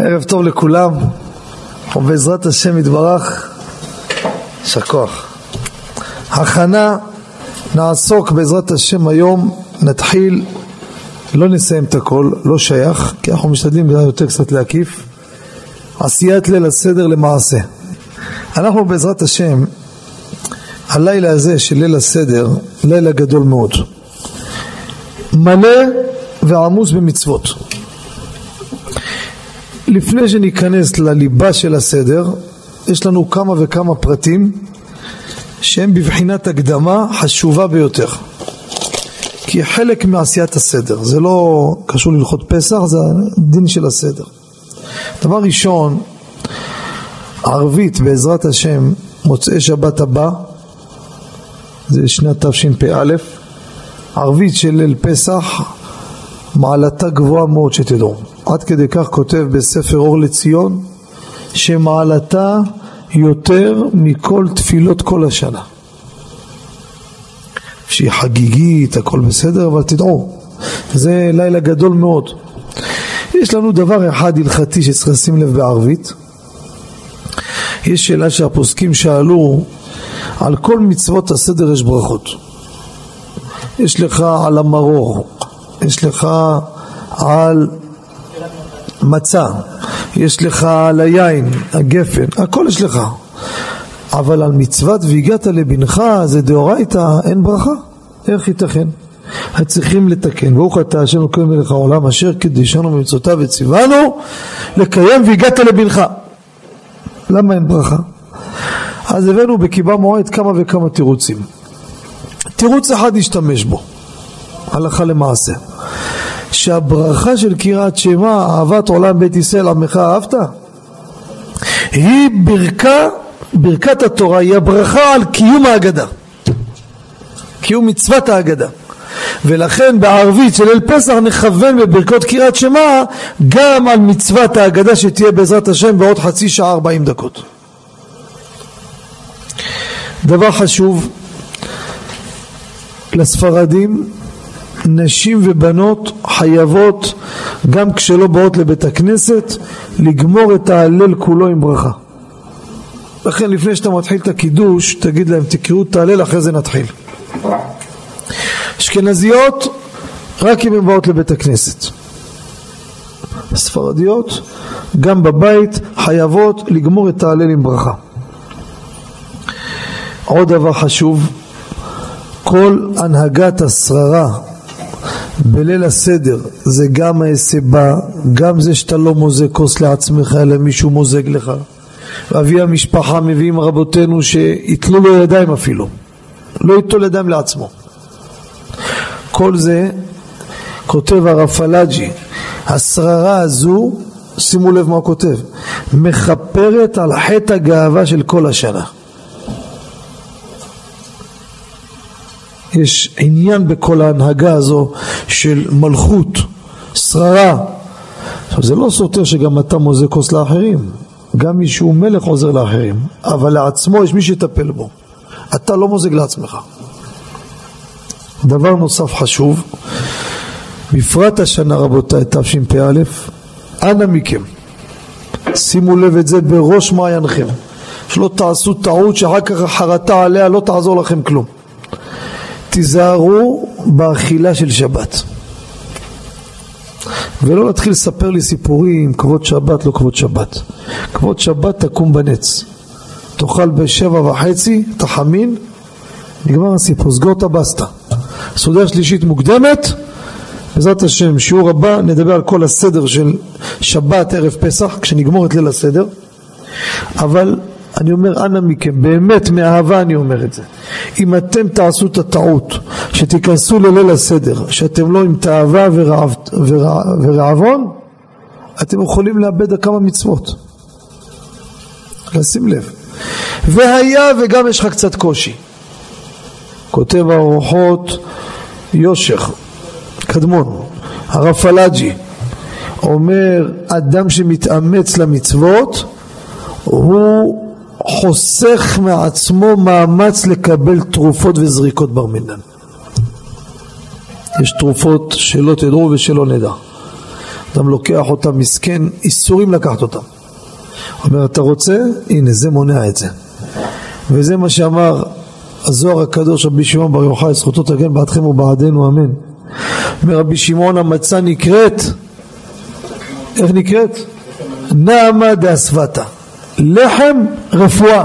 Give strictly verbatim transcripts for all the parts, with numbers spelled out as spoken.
ערב טוב לכולם, ובעזרת השם יתברך, יישר כוח. הכנה, נעסוק בעזרת השם היום, נתחיל, לא נסיים את הכל, לא שייך, כי אנחנו משתדלים יותר קצת להקיף, עשיית ליל הסדר למעשה. אנחנו בעזרת השם, הלילה הזה של ליל הסדר, לילה גדול מאוד, מלא ועמוס במצוות. לפני שניכנס לליבה של הסדר, יש לנו כמה וכמה פרטים שהם בבחינת הקדמה חשובה ביותר, כי חלק מעשיית הסדר, זה לא קשור להלכות פסח, זה הדין של הסדר. דבר ראשון, ערבית בעזרת השם מוצאי שבת הבא, זה שנת תשפ"א, ערבית של ליל פסח, מעלתה גבוהה מאוד שתדעו. עד כדי כך כותב בספר אור לציון שמעלתה יותר מכל תפילות כל השנה, שהיא חגיגית, הכל בסדר, אבל תדעו, זה לילה גדול מאוד. יש לנו דבר אחד הלכתי שצריך לשים לב בערבית. יש שאלה שהפוסקים שאלו, על כל מצוות הסדר יש ברכות. יש לך על המרור, יש לך על מצה, יש לך על היין, הגפן, הכל יש לך. אבל על מצוות והגעת לבנך, זה דאורייתא, אין ברכה. איך ייתכן? צריכים לתקן. ברוך אתה השם אלוהינו מלך העולם אשר קידשנו במצוותיו וציוונו לקיים והגעת לבנך. למה אין ברכה? אז הבאנו בקיבה מועד כמה וכמה תירוצים. תירוץ אחד נשתמש בו הלכה למעשה, שהברכה של קריאת שמע, אהבת עולם בית ישראל עמך אהבת, היא ברכה, ברכת התורה היא הברכה על קיום ההגדה, קיום מצוות ההגדה. ולכן בערבית של ליל פסח נכוון בברכות קריאת שמע גם על מצוות ההגדה שתהיה בעזרת השם בעוד חצי שעה ארבעים דקות. דבר חשוב לספרדים, נשים ובנות חייבות גם כשלא באות לבית הכנסת לגמור את ההלל כולו עם ברכה. לכן לפני שאתה מתחיל את הקידוש תגיד להם תקראו את ההלל, אחרי זה נתחיל. אשכנזיות רק אם הן באות לבית הכנסת. ספרדיות גם בבית חייבות לגמור את ההלל עם ברכה. עוד דבר חשוב, כל הנהגת השררה בליל הסדר, זה גם ההסבה, גם זה שאתה לא מוזג כוס לעצמך אלא מישהו מוזג לך. אבי המשפחה מביאים רבותינו שיתלו לו ידיים, אפילו לא יתלו ידיים לעצמו. כל זה כותב הרב פלאג'י, השררה הזו, שימו לב מה הוא כותב, מחפרת על חטא הגאווה של כל השנה. יש עניין בכל ההנהגה הזו של מלכות, שררה. עכשיו זה לא סותר שגם אתה מוזג כוס לאחרים, גם מי שהוא מלך עוזר לאחרים, אבל לעצמו יש מי שיטפל בו, אתה לא מוזג לעצמך. דבר נוסף חשוב, בפרט השנה רבותיי תשפ"א, אנא מכם שימו לב את זה בראש מעיינכם, שלא תעשו טעות שאחר כך חרטה עליה לא תעזור לכם כלום. תיזהרו באכילה של שבת, ולא להתחיל לספר לי סיפורים כבוד שבת לא כבוד שבת. כבוד שבת תקום בנץ, תאכל בשבע וחצי תחמין, נגמר הסיפור, סגור את הבסטה. סעודה שלישית מוקדמת, בעזרת השם שיעור הבא נדבר על כל הסדר של שבת ערב פסח כשנגמור את ליל הסדר. אבל אני אומר אנא מכם, באמת מאהבה אני אומר את זה, אם אתם תעשו את הטעות שתיכנסו לליל הסדר שאתם לא עם תאווה ורעב, ורע, ורעבון, אתם יכולים לאבד כמה מצוות. לשים לב. והיה וגם יש לך קצת קושי, כותב האורחות יושך קדמון הרב פלאג'י, אומר אדם שמתאמץ למצוות הוא חוסך מעצמו מאמץ לקבל תרופות וזריקות בר מינן. יש תרופות שלא תדעו ושלא נדע. אדם לוקח אותם, מסכן, איסורים לקחת אותם. אומר, אתה רוצה? הנה, זה מונע את זה. וזה מה שאמר הזוהר הקדוש רבי שמעון בר יוחאי, זכותו תגן בעדכם ובעדנו, אמן. אומר רבי שמעון, המצה נקראת, איך נקראת? נעמה דאסוותא, לחם רפואה.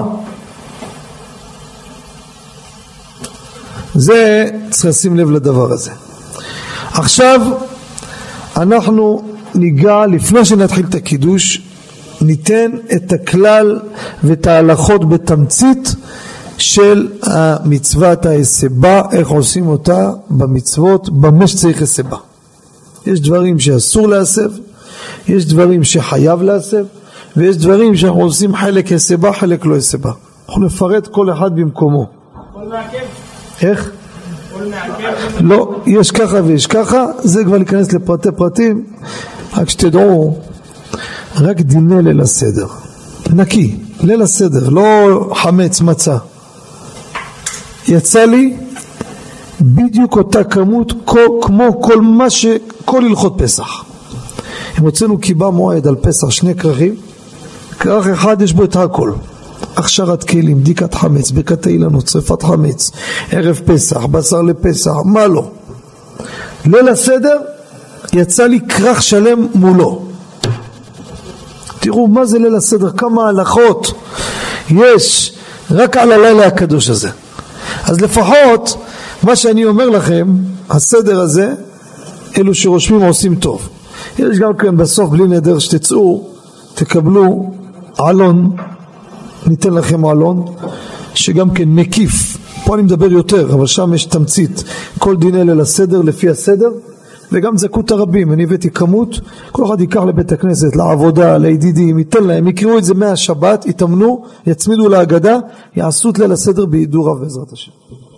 זה צריך לשים לב לדבר הזה. עכשיו אנחנו ניגע, לפני שנתחיל את הקידוש, ניתן את הכלל ואת ההלכות בתמצית של המצוות ההסבה, איך עושים אותה במצוות, במה שצריך הסבה. יש דברים שאסור להסב, יש דברים שחייב להסב, ויש דברים שאנחנו עושים חלק הסבה, חלק לא הסבה. אנחנו נפרט כל אחד במקומו. כל מעכב? איך? כל מעכב? לא, יש ככה ויש ככה, זה כבר להיכנס לפרטי פרטים, רק שתדעו, רק דיני ליל הסדר, נקי, ליל הסדר, לא חמץ מצה. יצא לי בדיוק אותה כמות כמו כל מה ש... כל הלכות פסח. אם הוצאנו קיבה מועד על פסח שני כרכים, כרך אחד יש בו את הכל, הכשרת כלים, בדיקת חמץ, ברכת אילנות, שריפת חמץ, ערב פסח, בשר לפסח, מה לא. ליל הסדר יצא לי כרך שלם מולו. תראו מה זה ליל הסדר, כמה הלכות יש רק על הלילה הקדוש הזה. אז לפחות מה שאני אומר לכם, הסדר הזה, אלו שרושמים עושים טוב. יש גם כן בסוף, בלי נדר שתצאו, תקבלו עלון, ניתן לכם עלון שגם כן מקיף, פה אני מדבר יותר, אבל שם יש תמצית כל דיני ליל הסדר לפי הסדר, וגם זכות הרבים. אני הבאתי כמות, כל אחד ייקח לבית הכנסת, לעבודה, לידידים, ייתן להם, יקראו את זה מהשבת, יתאמנו, יצמידו להגדה, יעשו את ליל הסדר בידור רב בעזרת השם.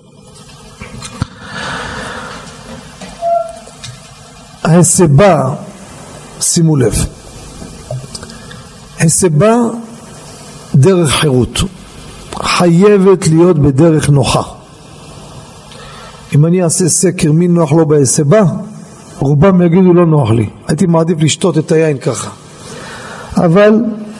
ההסבה, שימו לב, הסבה דרך חירות, חייבת להיות בדרך נוחה. אם אני אעשה סקר מי נוח לו בהסבה, רובם יגידו לא נוח לי, הייתי מעדיף לשתות את היין ככה. אבל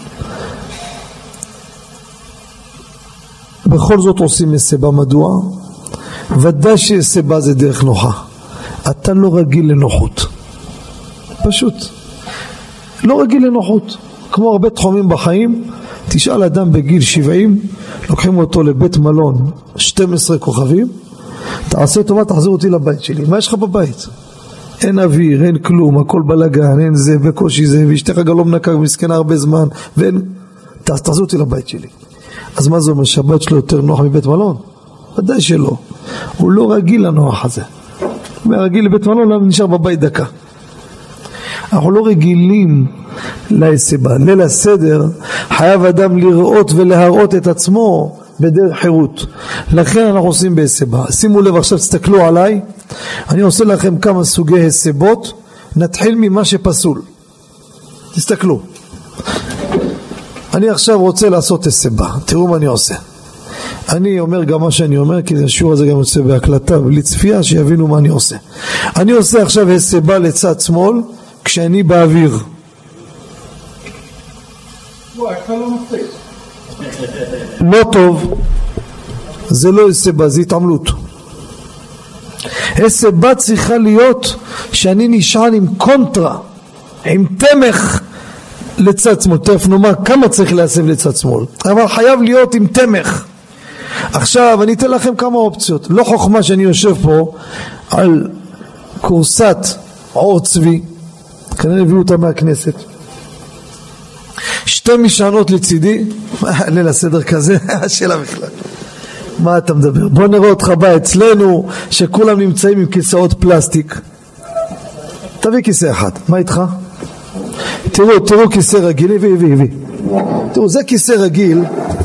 בכל זאת עושים הסבה. מדוע? ודאי שהסבה זה דרך נוחה. אתה לא רגיל לנוחות, פשוט לא רגיל לנוחות. כמו הרבה תחומים בחיים, תשאל אדם בגיל שבעים, לוקחים אותו לבית מלון שנים עשר כוכבים, תעשה טובה, תחזור אותי לבית שלי. מה יש לך בבית? אין אוויר, אין כלום, הכל בלגן, אין זה, בקושי זה, ואשתך גלום נקר מסכנה הרבה זמן, ואין, תחזור אותי לבית שלי. אז מה זה אומר, שבת שלו יותר נוח מבית מלון? ודאי שלא, הוא לא רגיל לנוח הזה. הוא רגיל לבית מלון, למה נשאר בבית דקה? אנחנו לא רגילים להסבה. ליל הסדר חייב אדם לראות ולהראות את עצמו בדרך חירות, לכן אנחנו עושים בהסבה. שימו לב עכשיו, תסתכלו עליי, אני עושה לכם כמה סוגי הסבות. נתחיל ממה שפסול, תסתכלו. אני עכשיו רוצה לעשות הסבה, תראו מה אני עושה. אני אומר גם מה שאני אומר, כי השיעור הזה גם יוצא בהקלטה בלי צפייה, שיבינו מה אני עושה. אני עושה עכשיו הסבה לצד שמאל כשאני באוויר. לא טוב, זה לא הסבה, זה התעמלות. הסבה צריכה להיות שאני נשען עם קונטרה, עם תמך לצד שמאל. תכף נאמר כמה צריך להסב לצד שמאל, אבל חייב להיות עם תמך. עכשיו אני אתן לכם כמה אופציות. לא חוכמה שאני יושב פה על קורסת עור צבי, כנראה הביאו אותה מהכנסת, שתי משענות לצידי. ליל הסדר כזה, השאלה בכלל מה אתה מדבר? בוא נראה אותך בא אצלנו שכולם נמצאים עם כיסאות פלסטיק. תביא כיסא אחד, מה איתך? תראו, תראו כיסא רגיל, הביא, הביא, הביא. תראו, זה כיסא רגיל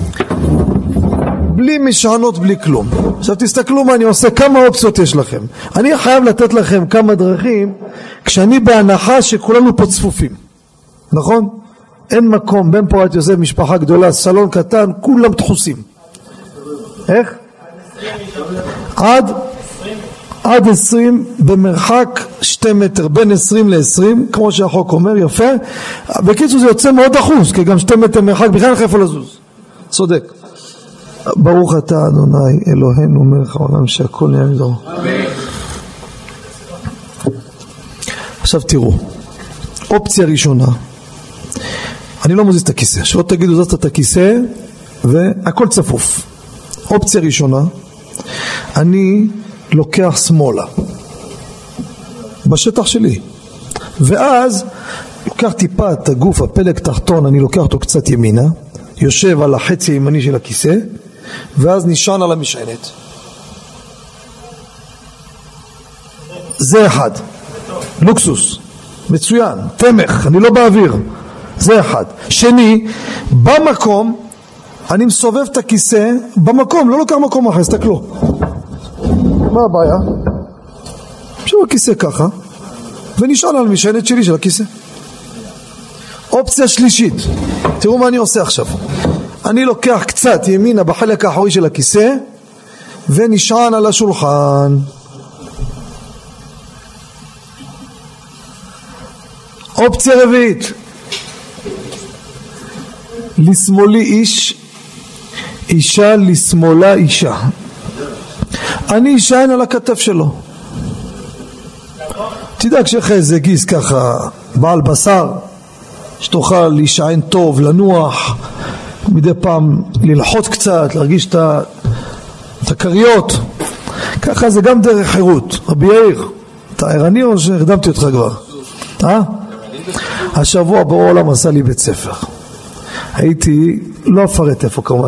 בלי משענות, בלי כלום. עכשיו תסתכלו מה אני עושה, כמה אופציות יש לכם. אני חייב לתת לכם כמה דרכים כשאני בהנחה שכולנו פה צפופים, נכון? אין מקום, בן פורת יוסף משפחה גדולה, סלון קטן, כולם דחוסים. איך? עד עד עשרים במרחק שתי מטר, בין עשרים ל-עשרים, כמו שהחוק אומר, יפה. בקיצור זה יוצא מאוד אחוז, כי גם שתי מטר מרחק בכלל אין לך איפה לזוז. צודק. ברוך אתה אדוני אלוהינו מלך העולם שהכל נהיה מדברו. עכשיו תראו, אופציה ראשונה, אני לא מזיז את הכיסא, שלא תגידו זזת את הכיסא והכל צפוף. אופציה ראשונה, אני לוקח שמאלה בשטח שלי, ואז לוקח טיפה את הגוף, הפלג תחתון, אני לוקח אותו קצת ימינה, יושב על החצי הימני של הכיסא, ואז נשען על המשענת. זה אחד, לוקסוס, מצוין, תמך, אני לא באוויר, זה אחד. שני, במקום אני מסובב את הכיסא במקום, לא לוקח מקום אחר, תסתכלו מה הבעיה? עכשיו הכיסא ככה ונשען על המשענת שלי של הכיסא. אופציה שלישית, תראו מה אני עושה עכשיו, אני לוקח קצת ימינה בחלק האחורי של הכיסא ונשען על השולחן. אופציה רביעית, לשמאלי איש, אישה לשמאלה אישה, אני אשען על הכתף שלו. תדאג שלך איזה גיס ככה בעל בשר שתוכל להישען טוב, לנוח מדי פעם, ללחוץ קצת, להרגיש את הקריות, ככה זה גם דרך חירות. רבי יאיר, אתה ערני או שהרדמתי אותך כבר? אה? השבוע בעולם עשה לי בית ספר, הייתי, לא אפרט איפה כמובן,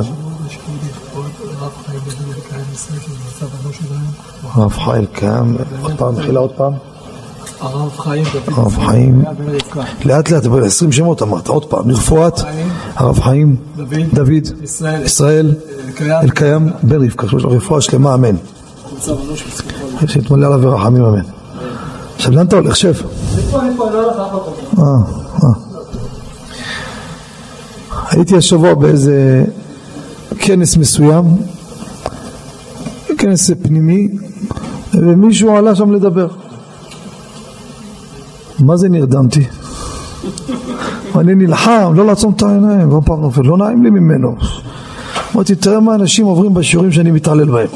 הרב חיים קיים, עוד פעם, מחילה עוד פעם, הרב חיים, הרב חיים, לאט לאט, עשרים שמות אמרת, עוד פעם, נרפואת, הרב חיים, דוד, ישראל, אלקיים, בן רבקה, רפואה שלמה, אמן, שיתמלא עליו ורחמים, אמן. עכשיו לאן אתה הולך? שב. אה, אה. הייתי השבוע באיזה כנס מסוים, כנס פנימי, ומישהו עלה שם לדבר. מה זה נרדמתי? אני נלחם לא לעצום את העיניים, ועוד פעם נופל, לא נעים לי ממנו. אמרתי, תראה מה אנשים עוברים בשיעורים שאני מתעלל בהם.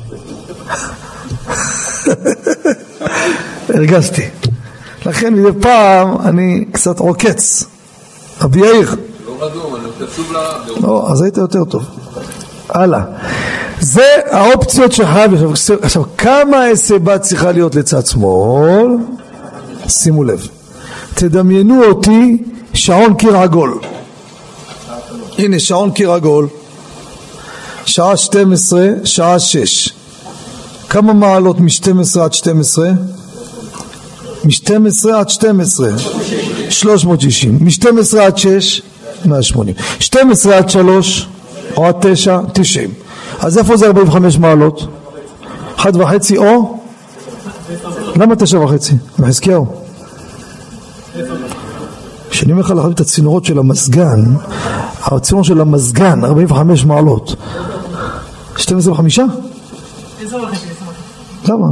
הרגשתי. לכן מדי פעם אני קצת עוקץ. רבי יאיר. לא רדום, אני קצוב לה... לא, אז היית יותר טוב. הלאה. זה האופציות שחייב. עכשיו, כמה הסיבה צריכה להיות לצד שמאל? שימו לב. תדמיינו אותי שעון קיר עגול. הנה שעון קיר עגול. שעה שתים עשרה, שעה שש. כמה מעלות מ-שתים עשרה עד שתים עשרה? מ-שתים עשרה עד שתים עשרה שלוש מאות שישים, מ-שתים עשרה עד שש מאה ושמונים, שתים עשרה עד שלוש או עד תשע תשעים. אז איפה זה ארבעים וחמש מעלות? אחת וחצי או? למה תשע וחצי? מחזקיהו, כשאני אומר לך להחליף את הצינורות של המסגן, הצינור של המסגן ארבעים וחמש מעלות, שתים עשרה וחמש? למה?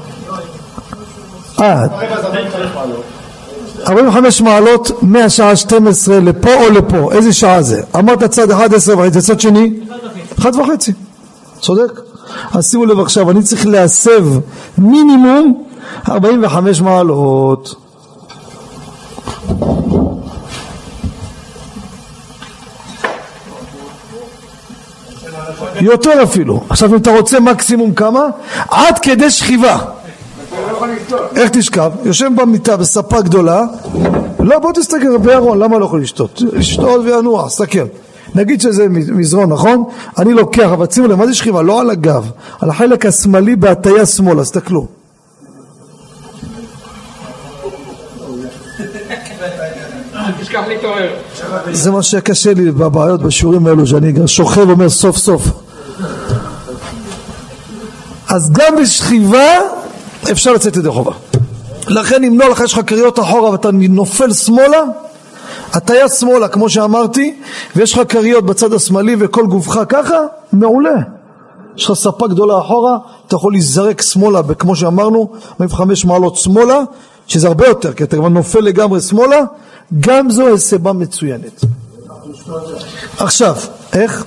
אה, ארבעים וחמש מעלות מהשעה שתים עשרה לפה או לפה, איזה שעה זה? אמרת צד אחד עשרה וחצי, צד שני אחת וחצי, צודק? אז שימו לב עכשיו, אני צריך להסב מינימום ארבעים וחמש מעלות. יותר אפילו. עכשיו אם אתה רוצה מקסימום כמה? עד כדי שכיבה. איך תשכב? יושב במיטה בספה גדולה, לא, בוא תסתכל בארון, למה לא יכול לשתות? לשתות וינוע, סתכל. נגיד שזה מזרון, נכון? אני לוקח, אבל שימו לב, מה זה שכיבה? לא על הגב, על החלק השמאלי בהטיה שמאלה, סתכלו. זה מה שקשה לי בבעיות בשיעורים האלו, שאני שוכב ואומר סוף סוף. אז גם בשכיבה אפשר לצאת ידי חובה. לכן אם לא לך יש לך קריות אחורה ואתה נופל שמאלה, הטיה שמאלה כמו שאמרתי, ויש לך קריות בצד השמאלי וכל גופך ככה, מעולה. יש לך ספה גדולה אחורה, אתה יכול להיזרק שמאלה, כמו שאמרנו, ארבעים וחמש מעלות שמאלה, שזה הרבה יותר, כי אתה כבר נופל לגמרי שמאלה, גם זו סיבה מצוינת. עכשיו, איך?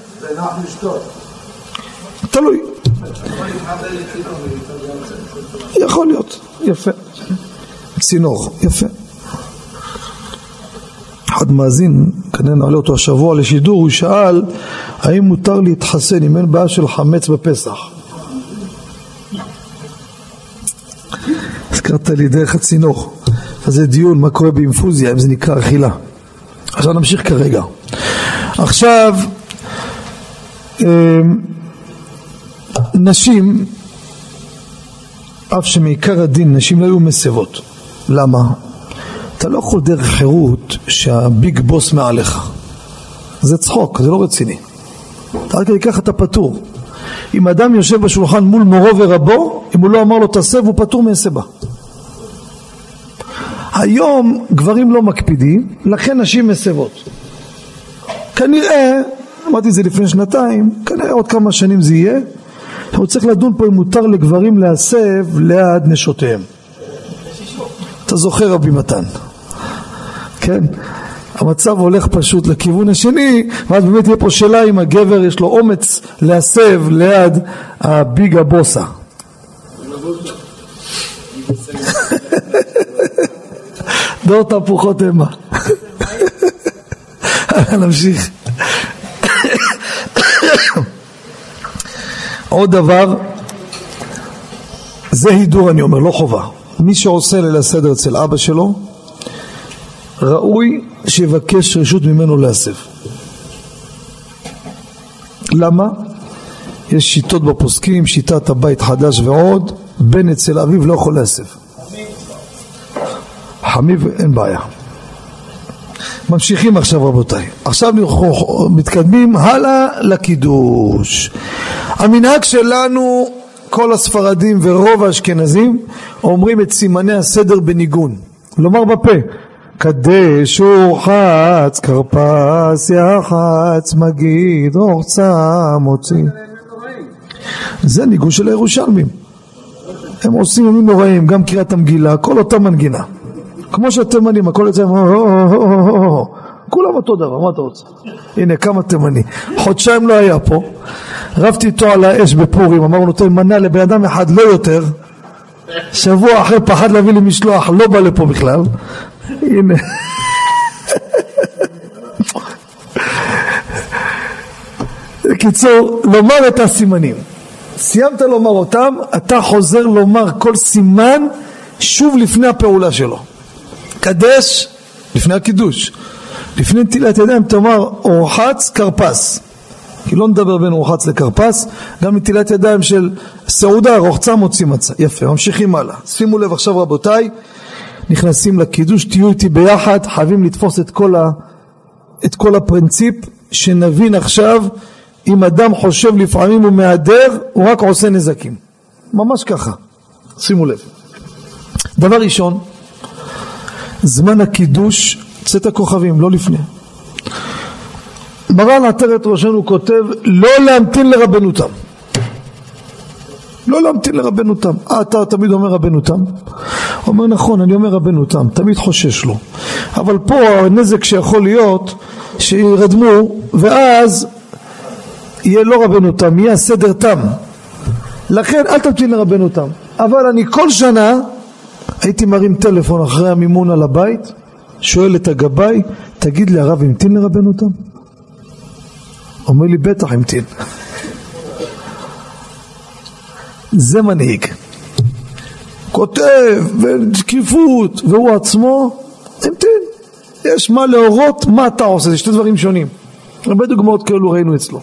תלוי. יכול להיות, יפה. צינור, יפה. אחד מאזין, כנראה נעלה אותו השבוע לשידור, הוא שאל האם מותר להתחסן אם אין בעיה של חמץ בפסח. הזכרת לי דרך הצינור. אז זה דיון מה קורה באינפוזיה, אם זה נקרא אכילה. עכשיו נמשיך כרגע. עכשיו נשים, אף שמעיקר הדין נשים לא היו מסבות. למה? אתה לא יכול דרך חירות שהביג בוס מעליך. זה צחוק, זה לא רציני. אתה רק ככה אתה פטור. אם אדם יושב בשולחן מול מורו ורבו, אם הוא לא אמר לו תסב, הוא פטור מהסבה. היום גברים לא מקפידים, לכן נשים מסבות. כנראה, אמרתי את זה לפני שנתיים, כנראה עוד כמה שנים זה יהיה, הוא צריך לדון פה אם מותר לגברים להסב ליד נשותיהם. אתה זוכר רבי מתן, כן? המצב הולך פשוט לכיוון השני, ואז באמת יהיה פה שאלה אם הגבר יש לו אומץ להסב ליד הביג הבוסה. דור תפוחות המה. נמשיך. עוד דבר, זה הידור, אני אומר, לא חובה. מי שעושה ליל הסדר אצל אבא שלו, ראוי שיבקש רשות ממנו להסב. למה? יש שיטות בפוסקים, שיטת הבית חדש ועוד, בן אצל אביו לא יכול להסב. חמיב אין בעיה. ממשיכים עכשיו רבותיי. עכשיו אנחנו מתקדמים הלאה לקידוש. המנהג שלנו, כל הספרדים ורוב האשכנזים אומרים את סימני הסדר בניגון. לומר בפה, קדש ורחץ, כרפס יחץ, מגיד, רוחצה, מוציא. זה ניגון של הירושלמים. הם עושים ימים נוראים, גם קריאת המגילה, כל אותה מנגינה. כמו שהתימנים, הכל יוצא, כולם אותו דבר, מה אתה רוצה? הנה, כמה תימני. חודשיים לא היה פה, רבתי איתו על האש בפורים, אמרנו אותו, מנה לבן אדם אחד, לא יותר. שבוע אחרי פחד להביא לי משלוח, לא בא לפה בכלל. הנה. בקיצור, לומר את הסימנים. סיימת לומר אותם, אתה חוזר לומר כל סימן שוב לפני הפעולה שלו. קדש, לפני הקידוש. לפני נטילת ידיים תאמר רוחץ כרפס. כי לא נדבר בין רוחץ לכרפס, גם נטילת ידיים של סעודה, רוחצה מוציא מצה. יפה, ממשיכים הלאה. שימו לב עכשיו רבותיי, נכנסים לקידוש, תהיו איתי ביחד, חייבים לתפוס את כל, ה, את כל הפרינציפ, שנבין עכשיו, אם אדם חושב לפעמים הוא מהדר, הוא רק עושה נזקים. ממש ככה. שימו לב. דבר ראשון, זמן הקידוש, צאת הכוכבים, לא לפני. מרן עטרת ראשנו כותב, לא להמתין לרבנותם. לא להמתין לרבנותם. אה, אתה תמיד אומר רבנותם? אומר נכון, אני אומר רבנותם, תמיד חושש לו. אבל פה הנזק שיכול להיות, שירדמו, ואז יהיה לא רבנותם, יהיה הסדר תם. לכן אל תמתין לרבנותם. אבל אני כל שנה הייתי מרים טלפון אחרי המימון על הבית, שואל את הגבאי, תגיד לי הרב המתין לרבנותם? אומר לי בטח המתין. זה מנהיג. כותב ושקיפות, והוא עצמו המתין. יש מה להורות, מה אתה עושה, זה שתי דברים שונים. הרבה דוגמאות כאלו ראינו אצלו.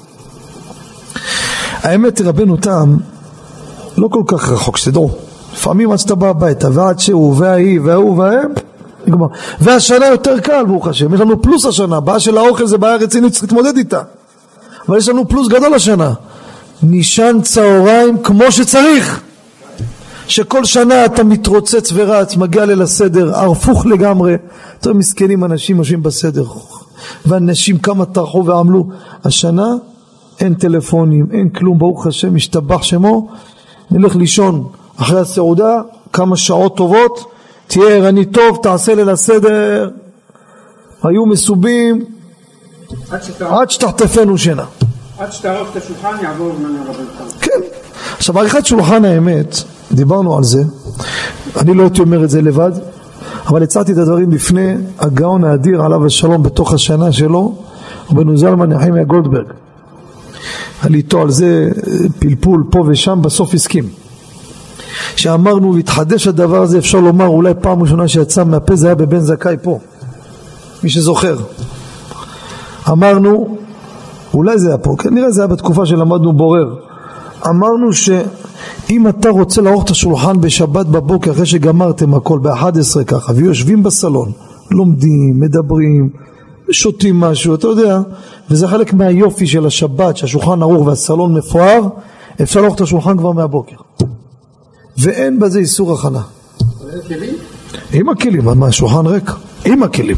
האמת רבנו תם לא כל כך רחוק, שתדעו. לפעמים עד שאתה בא הביתה, ועד שהוא והיא והוא והם, נגמר. והשנה יותר קל, ברוך השם. יש לנו פלוס השנה. בעיה של האוכל זה בעיה רצינית, צריך להתמודד איתה. אבל יש לנו פלוס גדול השנה. נישן צהריים כמו שצריך. שכל שנה אתה מתרוצץ ורץ, מגיע ליל הסדר, הרפוך לגמרי. יותר מסכנים אנשים יושבים בסדר. ואנשים כמה טרחו ועמלו. השנה אין טלפונים, אין כלום, ברוך השם, משתבח שמו, נלך לישון אחרי הסעודה, כמה שעות טובות, תהיה ערני טוב, תעשה ליל הסדר, היו מסובים, עד שתחטפנו שינה. עד שתערוך את השולחן יעבור זמן הרב. כן. עכשיו עריכת שולחן האמת, דיברנו על זה, אני לא הייתי אומר את זה לבד, אבל הצעתי את הדברים בפני הגאון האדיר עליו השלום בתוך השנה שלו, רבנו זלמן נחמיה גולדברג. היה לי איתו על זה פלפול פה ושם, בסוף הסכים. שאמרנו להתחדש הדבר הזה, אפשר לומר אולי פעם ראשונה שיצא מהפה זה היה בבן זכאי פה, מי שזוכר. אמרנו, אולי זה היה פה, כנראה זה היה בתקופה שלמדנו בורר. אמרנו שאם אתה רוצה לערוך את השולחן בשבת בבוקר אחרי שגמרתם הכל ב-אחת עשרה ככה, ויושבים בסלון, לומדים, מדברים, שותים משהו, אתה יודע, וזה חלק מהיופי של השבת, שהשולחן ערוך והסלון מפואר, אפשר לערוך את השולחן כבר מהבוקר. ואין בזה איסור הכנה. עם הכלים, מה, השולחן ריק? עם הכלים.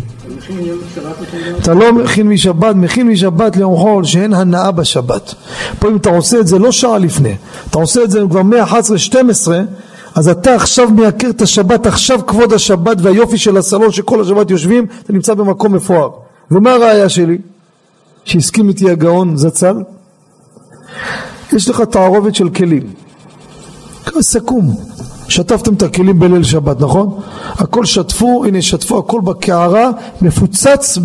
אתה לא מכין משבת, מכין משבת ליום חול שאין הנאה בשבת. פה אם אתה עושה את זה לא שעה לפני, אתה עושה את זה כבר מ-אחת עשרה שתים עשרה, אז אתה עכשיו מייקר את השבת, עכשיו כבוד השבת והיופי של הסלון שכל השבת יושבים, אתה נמצא במקום מפואר. ומה הראיה שלי? שהסכים איתי הגאון זצ"ל, יש לך תערובת של כלים סכום, שטפתם את הכלים בליל שבת, נכון? הכל שטפו, הנה שטפו הכל בקערה, מפוצץ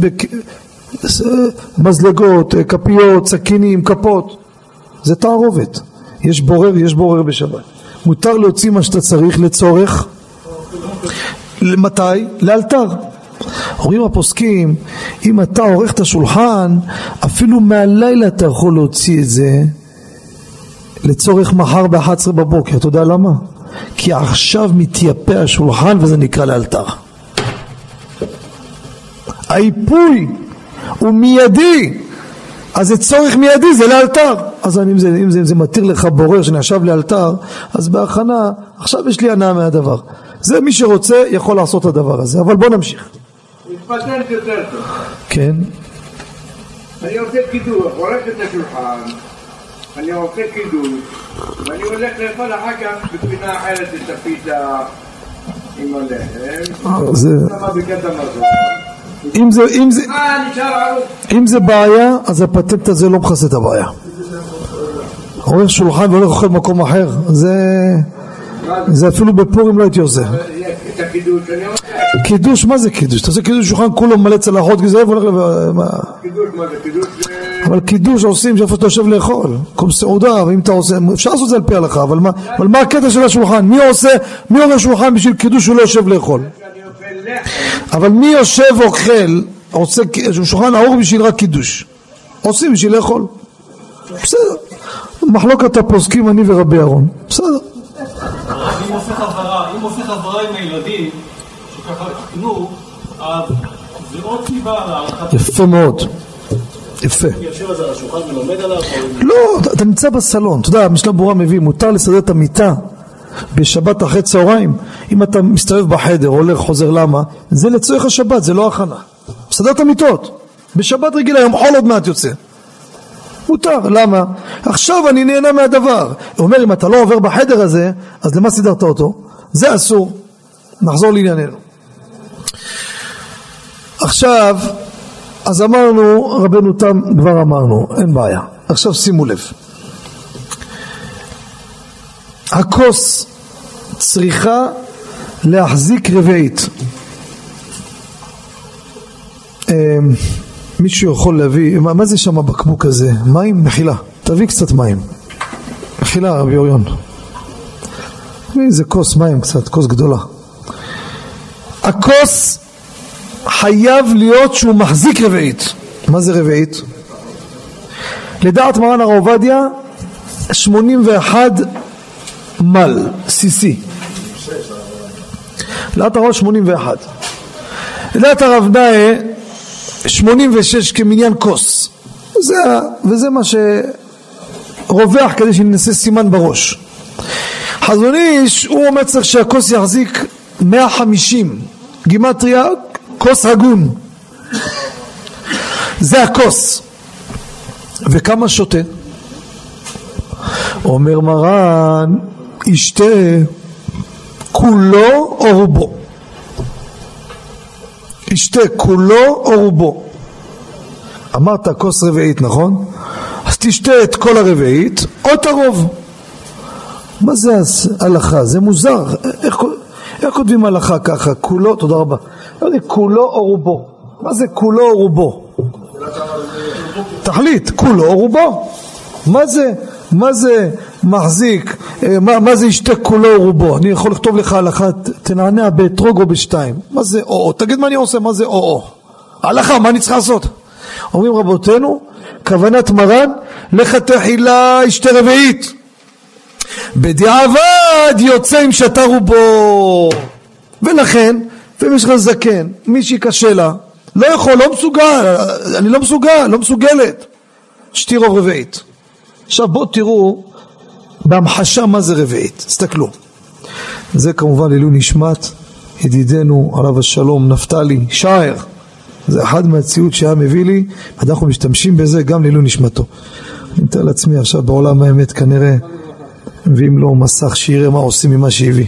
במזלגות, כפיות, סכינים, כפות. זה תערובת. יש בורר, יש בורר בשבת. מותר להוציא מה שאתה צריך לצורך. למתי? לאלתר. אומרים הפוסקים, אם אתה עורך את השולחן, אפילו מהלילה אתה יכול להוציא את זה לצורך מחר ב-אחת עשרה בבוקר. אתה יודע למה? כי עכשיו מתייפה השולחן וזה נקרא לאלתר. האיפוי הוא מיידי, אז זה צורך מיידי, זה לאלתר. אז אם זה, אם זה, אם זה מתיר לך בורר שנחשב לאלתר, אז בהכנה, עכשיו יש לי הנאה מהדבר. זה מי שרוצה יכול לעשות את הדבר הזה, אבל בוא נמשיך. מתפתנת יותר טוב. כן. אני עושה קידוש, עורך את השולחן, אני עושה קידוש, ואני הולך לאכול אחר כך בפינה אחרת את הפיתה עם הלחם. זה... כמה בקטע מזון. אם זה, אם זה, אה, נשאר ערוך. אם זה בעיה, אז הפטנט הזה לא מכסה את הבעיה. עורך שולחן והולך אוכל במקום אחר, זה... זה אפילו בפורים לא הייתי עושה. את הקידוש אני עושה. קידוש, מה זה קידוש? אתה עושה קידוש שולחן כולו מלא צלחות גזעב והולך לב... קידוש, מה זה קידוש? אבל קידוש עושים שאיפה אתה יושב לאכול, כל סעודה, ואם אתה עושה, אפשר לעשות את זה על פי הלכה, אבל מה, אבל מה הקטע של השולחן? מי עושה, מי עורך שולחן בשביל קידוש שהוא לא יושב לאכול? אבל מי יושב ואוכל, עושה שולחן ערוך בשביל רק קידוש? עושים בשביל לאכול. בסדר. מחלוקת הפוסקים אני ורבי אהרון. בסדר. אם עושה חברה, אם עושה חברה עם הילדים, שככה תקנו, אז זה עוד סיבה להערכת... יפה מאוד. יפה. יושב על זה על השולחן ולומד עליו? לא, אתה נמצא בסלון. אתה יודע, המשנה ברורה מביא, מותר לסדר את המיטה בשבת אחרי צהריים. אם אתה מסתובב בחדר, הולך, חוזר, למה? זה לצורך השבת, זה לא הכנה. מסדר את המיטות. בשבת רגילה, יום חול עוד מעט יוצא. מותר, למה? עכשיו אני נהנה מהדבר. הוא אומר, אם אתה לא עובר בחדר הזה, אז למה סידרת אותו? זה אסור. נחזור לענייננו. עכשיו, אז אמרנו, רבנו תם כבר אמרנו, אין בעיה. עכשיו שימו לב. הכוס צריכה להחזיק רבעית. מישהו יכול להביא, מה, מה זה שם הבקבוק הזה? מים? מחילה. תביא קצת מים. מחילה, רבי אוריון. איזה כוס מים קצת, כוס גדולה. הכוס חייב להיות שהוא מחזיק רבעית. מה זה רבעית? לדעת מרן הרב עובדיה, שמונים ואחת מל, סיסי. לדעת הרב שמונים ואחת. לדעת הרב נאה, שמונים ושש כמניין כוס. זה, וזה מה שרווח כדי שננסה סימן בראש. חזון איש, הוא אומר צריך שהכוס יחזיק מאה וחמישים. גימטריה, כוס הגון. זה הכוס. וכמה שותה? אומר מרן, ישתה כולו או רובו. ישתה כולו או רובו. אמרת כוס רביעית, נכון? אז תשתה את כל הרביעית או את הרוב. מה זה הלכה? זה מוזר. איך, איך כותבים הלכה ככה? כולו, תודה רבה. לא יודע, כולו או רובו. מה זה כולו או רובו? תחליט, כולו או רובו. מה זה, מה זה מחזיק, מה, מה זה ישתה כולו או רובו? אני יכול לכתוב לך הלכה, תנענע באתרוג או בשתיים. מה זה או או? תגיד מה אני עושה, מה זה או או? הלכה, מה אני צריך לעשות? אומרים רבותינו, כוונת מרן, לך תחילה ישתה רביעית. בדיעבד יוצא עם שתה רובו. ולכן, ואם יש לך זקן, מישהי קשה לה, לא יכול, לא מסוגל, אני לא מסוגל, לא מסוגלת. שתי רוב רביעית. עכשיו בואו תראו בהמחשה מה זה רביעית. תסתכלו. זה כמובן לעילוי נשמת ידידנו עליו השלום נפתלי שער. זה אחד מהציוד שהיה מביא לי, ואנחנו משתמשים בזה גם לעילוי נשמתו. אני מתאר לעצמי עכשיו בעולם האמת כנראה, ואם לא מסך שיראה מה עושים ממה שהביא.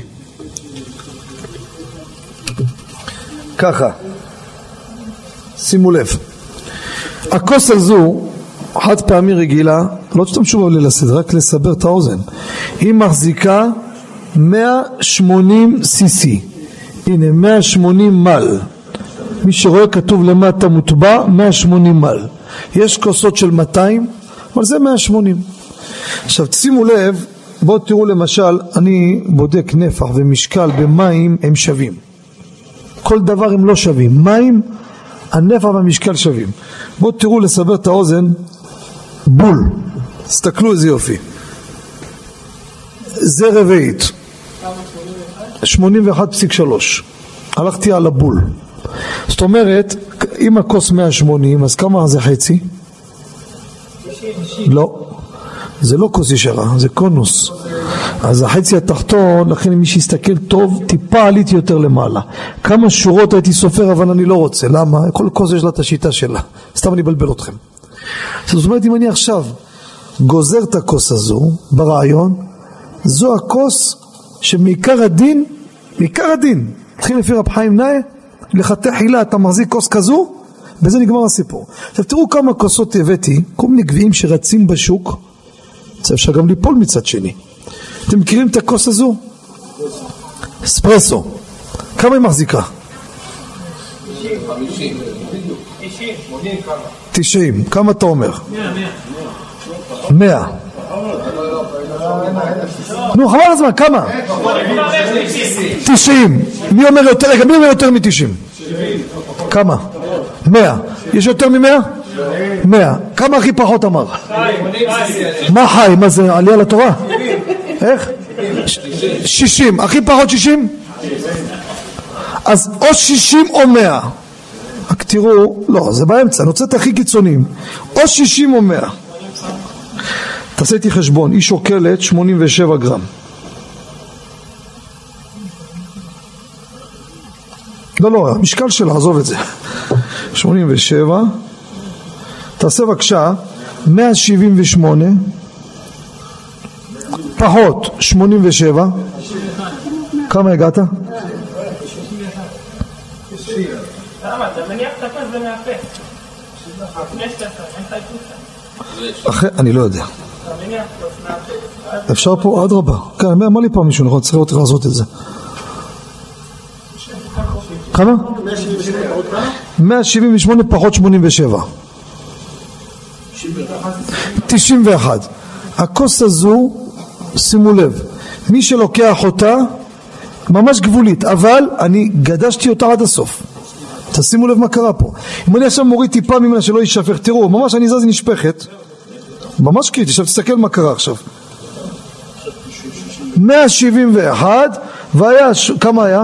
ככה, שימו לב, הכוס הזו חד פעמי רגילה, לא תשתמשו בה ללסד, רק לסבר את האוזן, היא מחזיקה מאה ושמונים סי סי. הנה מאה ושמונים מל, מי שרואה כתוב למטה מוטבע מאה ושמונים מל. יש כוסות של מאתיים, אבל זה מאה ושמונים. עכשיו שימו לב, בואו תראו למשל, אני בודק נפח ומשקל במים, הם שווים. כל דבר הם לא שווים. מים, הנפח והמשקל שווים. בואו תראו לסבר את האוזן, בול. תסתכלו איזה יופי. זה רביעית. שמונים ואחת נקודה שלוש. הלכתי על הבול. זאת אומרת, אם הכוס מאה ושמונים, אז כמה זה חצי? לא. זה לא כוס ישרה, זה קונוס. אז החצי התחתון, לכן מי שיסתכל טוב, טיפה עליתי יותר למעלה. כמה שורות הייתי סופר, אבל אני לא רוצה. למה? כל כוס יש לה את השיטה שלה. סתם אני בלבל אתכם. זאת אומרת, אם אני עכשיו גוזר את הכוס הזו, ברעיון, זו הכוס שמעיקר הדין, מעיקר הדין, התחיל לפי רב חיים נאה, לחתך חילה, אתה מחזיק כוס כזו, בזה נגמר הסיפור. עכשיו תראו כמה כוסות הבאתי, כל מיני גביעים שרצים בשוק, זה אפשר גם ליפול מצד שני. אתם מכירים את הכוס הזו? אספרסו. כמה היא מחזיקה? תשעים. כמה אתה אומר? מאה. נו, חבל הזמן, כמה? תשעים. מי אומר יותר? רגע, מי אומר יותר מתשעים? כמה? מאה. יש יותר ממאה? מאה. כמה הכי פחות אמר? מה חי? מה זה? עלייה לתורה? איך? שישים. הכי פחות שישים? אז או שישים או מאה. רק תראו, לא, זה באמצע, אני רוצה את הכי קיצוניים. או שישים או מאה. תעשה איתי חשבון, היא שוקלת שמונים ושבע גרם. לא, לא, המשקל שלה, עזוב את זה. שמונים ושבע. תעשה בבקשה, מאה שבעים ושמונה. פחות, שמונים ושבע. כמה הגעת? למה? אתה מניח את הכוס ומאפס. אחרי, אני לא יודע. אפשר פה עד רבה. כן, אמר לי פעם מישהו, נכון, צריך לראות איך לעשות את זה. כמה? מאה שבעים ושמונה פחות שמונים ושבע. תשעים ואחת. הכוס הזו, שימו לב, מי שלוקח אותה ממש גבולית, אבל אני גדשתי אותה עד הסוף. תשימו לב מה קרה פה. אם אני עכשיו מוריד טיפה ממנה שלא יישפך, תראו, ממש אני זז נשפכת, ממש קריטי. עכשיו תסתכל מה קרה עכשיו. מאה שבעים ואחת, והיה, כמה היה?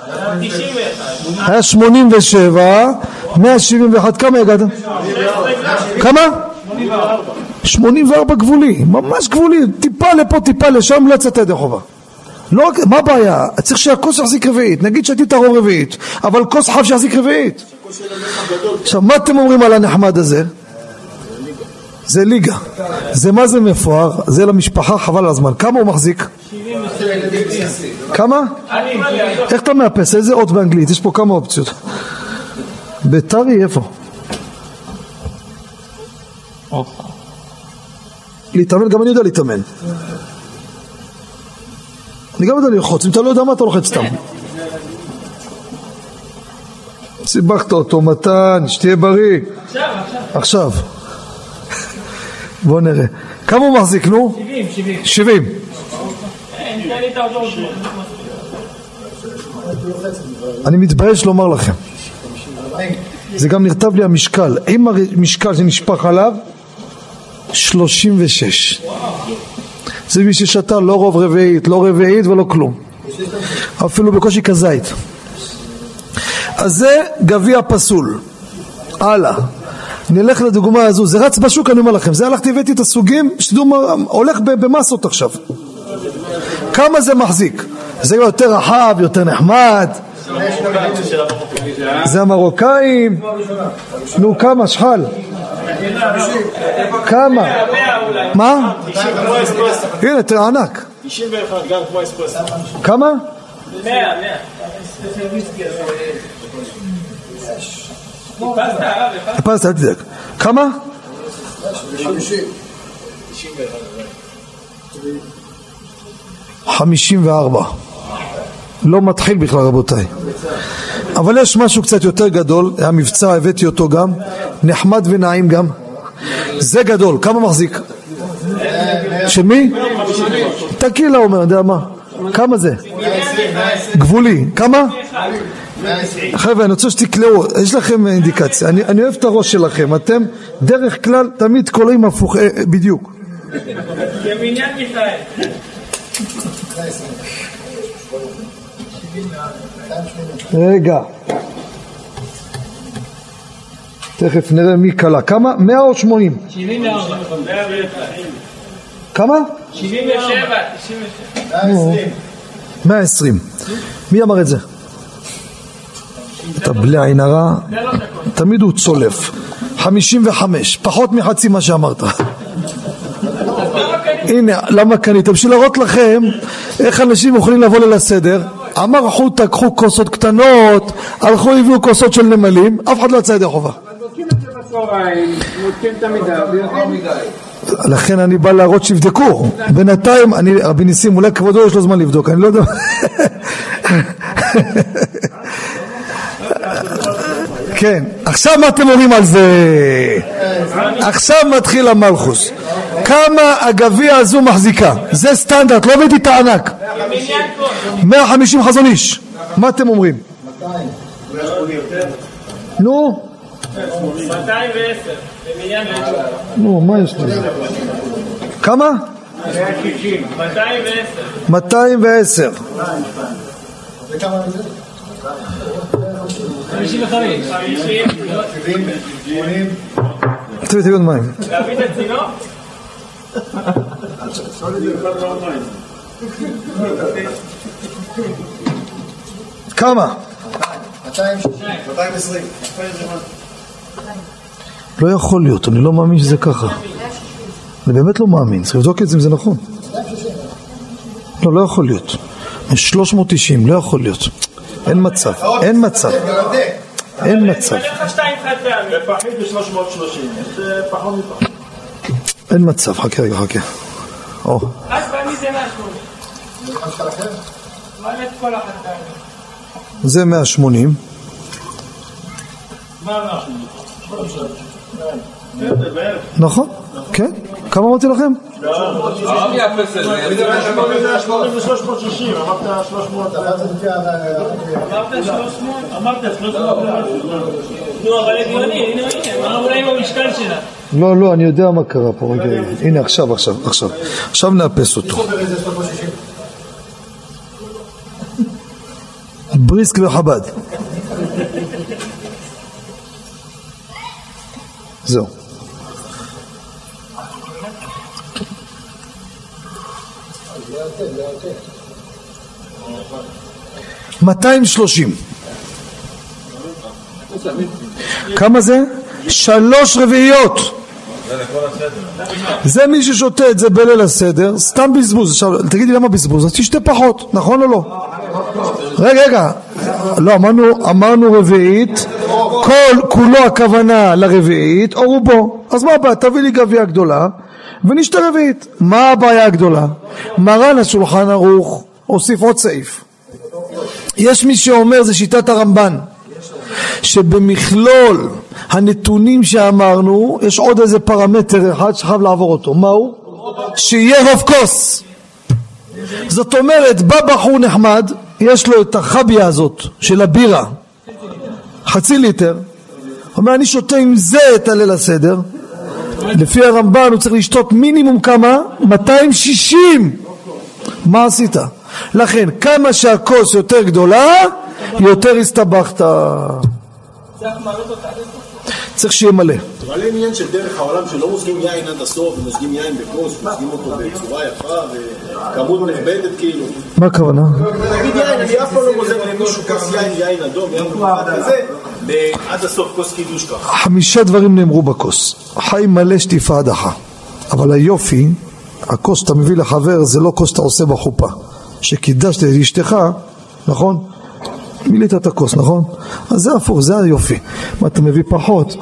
היה שמונים ושבע, מאה שבעים ואחת, כמה הגעת? כמה? שמונים וארבע גבולי, ממש גבולי, טיפה לפה, טיפה לשם, לא יצאת ידי חובה. לא, מה הבעיה? צריך שהכוס יחזיק רביעית, נגיד שתית הרוב רביעית, אבל כוס חב שיחזיק רביעית. עכשיו, מה אתם אומרים על הנחמד הזה? זה ליגה. זה מה זה מפואר, זה למשפחה חבל על הזמן. כמה הוא מחזיק? כמה? איך אתה מאפס? איזה אות באנגלית? יש פה כמה אופציות. בית"רי איפה? להתאמן, גם אני יודע להתאמן. אני גם יודע ללחוץ, אם אתה לא יודע מה אתה לוחץ סתם. סיבכת אותו, מתן, שתהיה בריא. עכשיו. בוא נראה. כמה הוא מחזיק, נו? שבעים. שבעים. אני מתבייש לומר לכם. זה גם נכתב לי המשקל. עם המשקל שנשפך עליו, שלושים ושש. זה מי ששתה לא רוב רביעית, לא רביעית ולא כלום. אפילו בקושי כזית. אז זה גביע פסול. הלאה. נלך לדוגמה הזו. זה רץ בשוק, אני אומר לכם. זה הלכתי הבאתי את הסוגים, שתדעו מה, הולך במסות עכשיו. כמה זה מחזיק? זה יותר רחב, יותר נחמד. זה המרוקאים. נו, כמה, שחל? כמה? מה? הנה, תראה, ענק. תשעים ואחת, גם כמו אספרסו. כמה? מאה, מאה. הפסת, אל תדאג. כמה? חמישים וארבע. לא מתחיל בכלל, רבותיי. אבל יש משהו קצת יותר גדול. המבצע, הבאתי אותו גם. נחמד ונעים גם. זה גדול. כמה מחזיק? של מי? תקילה אומר, יודע מה? כמה זה? גבולי. כמה? חבר'ה, אני רוצה שתקלעו, יש לכם אינדיקציה. אני, אני אוהב את הראש שלכם. אתם דרך כלל תמיד קולעים הפוך, אה, בדיוק. כמניין מיכאל. רגע, תכף נראה מי קלה. כמה? מאה או שמונים? שבעים וארבע. כמה? שבעים ושבע. מאה ועשרים. מי אמר את זה? אתה בלי עין הרע. תמיד הוא צולף. חמישים וחמש, פחות מחצי מה שאמרת. הנה, למה קניתם? בשביל להראות לכם איך אנשים יכולים לבוא ליל הסדר. אמר חו, תקחו כוסות קטנות, הלכו הביאו כוסות של נמלים, אף אחד לא יצא ידי חובה. בודקים את זה בצהריים, בודקים את המידה, לכן אני בא להראות שיבדקו. בינתיים, אני, רבי ניסים, אולי כבודו יש לו זמן לבדוק, אני לא יודע. כן, עכשיו מה אתם אומרים על זה? עכשיו מתחיל המלכוס. כמה הגביע הזו מחזיקה? זה סטנדרט, לא הבאתי את הענק. מאה וחמישים חזון איש. מה אתם אומרים? נו? מאתיים ועשר. נו, מה יש לי? כמה? מאתיים ועשר. מאתיים ועשר. וכמה זה? חמישים וחמש. חמישים. שמונים. תביא תביא עוד מים. להביא את הצינור? כמה? מאתיים ועשרים. לא יכול להיות, אני לא מאמין שזה ככה. אני באמת לא מאמין, צריך לבדוק את זה אם זה נכון. לא, לא יכול להיות. שלוש מאות תשעים, לא יכול להיות. אין מצב, אין מצב. אין מצב. אני לך שתיים חד פעמים. בפחית ב-שלוש מאות ושלושים. זה פחות מפחית. אין מצב, חכה רגע, חכה. או. חד פעמי זה מאה ושמונים. מה את כל החד פעמים? זה מאה ושמונים. מה אנחנו? נכון, כן. כמה אמרתי לכם? הרב יאפס את זה. שלוש מאות שישים, אמרת שלוש מאות. אמרת שלוש מאות? אמרת שלוש מאות. נו, אבל הגיוני, הנה, הנה, אולי עם המשקל שלה. לא, לא, אני יודע מה קרה פה. רגע, הנה, עכשיו, עכשיו, עכשיו. עכשיו נאפס אותו. בריסק וחב"ד. זהו. מאתיים ושלושים. כמה זה? שלוש רביעיות. זה מי ששותה את זה בליל הסדר, סתם בזבוז. עכשיו, תגידי למה בזבוז? אז תשתה פחות, נכון או לא? רגע, רגע, לא, אמרנו, אמרנו רביעית, כל, כולו הכוונה לרביעית, או רובו. אז מה הבעיה? תביא לי גבייה גדולה, ונשתה רביעית. מה הבעיה הגדולה? מרן השולחן ערוך, הוסיף עוד סעיף. יש מי שאומר, זה שיטת הרמב"ן, שבמכלול הנתונים שאמרנו, יש עוד איזה פרמטר אחד שחייב לעבור אותו. מהו? שיהיה רוב כוס. זאת אומרת, בא בחור נחמד, יש לו את החביה הזאת של הבירה, חצי ליטר, אומר אני שותה עם זה את הליל הסדר. לפי הרמב"ן הוא צריך לשתות מינימום כמה? מאתיים ושישים. מה עשית? לכן כמה שהכוס יותר גדולה יותר הסתבכת, צריך שיהיה מלא. אבל אין עניין של דרך העולם שלא מוזגים יין עד הסוף, ומוזגים יין בכוס, מוזגים אותו בצורה יפה וכמות נכבדת כאילו. מה הכוונה? נגיד יין, אני אף פעם לא מוזג למישהו כוס יין, יין אדום, יין מוכבד כזה, עד הסוף כוס קידוש ככה. חמישה דברים נאמרו בכוס. חי מלא שטיפה הדחה. אבל היופי, הכוס שאתה מביא לחבר זה לא כוס שאתה עושה בחופה. שקידשת את אשתך, נכון? מילאת את הכוס, נכון? אז זה הפוך, זה היופי. מה אתה מביא פחות?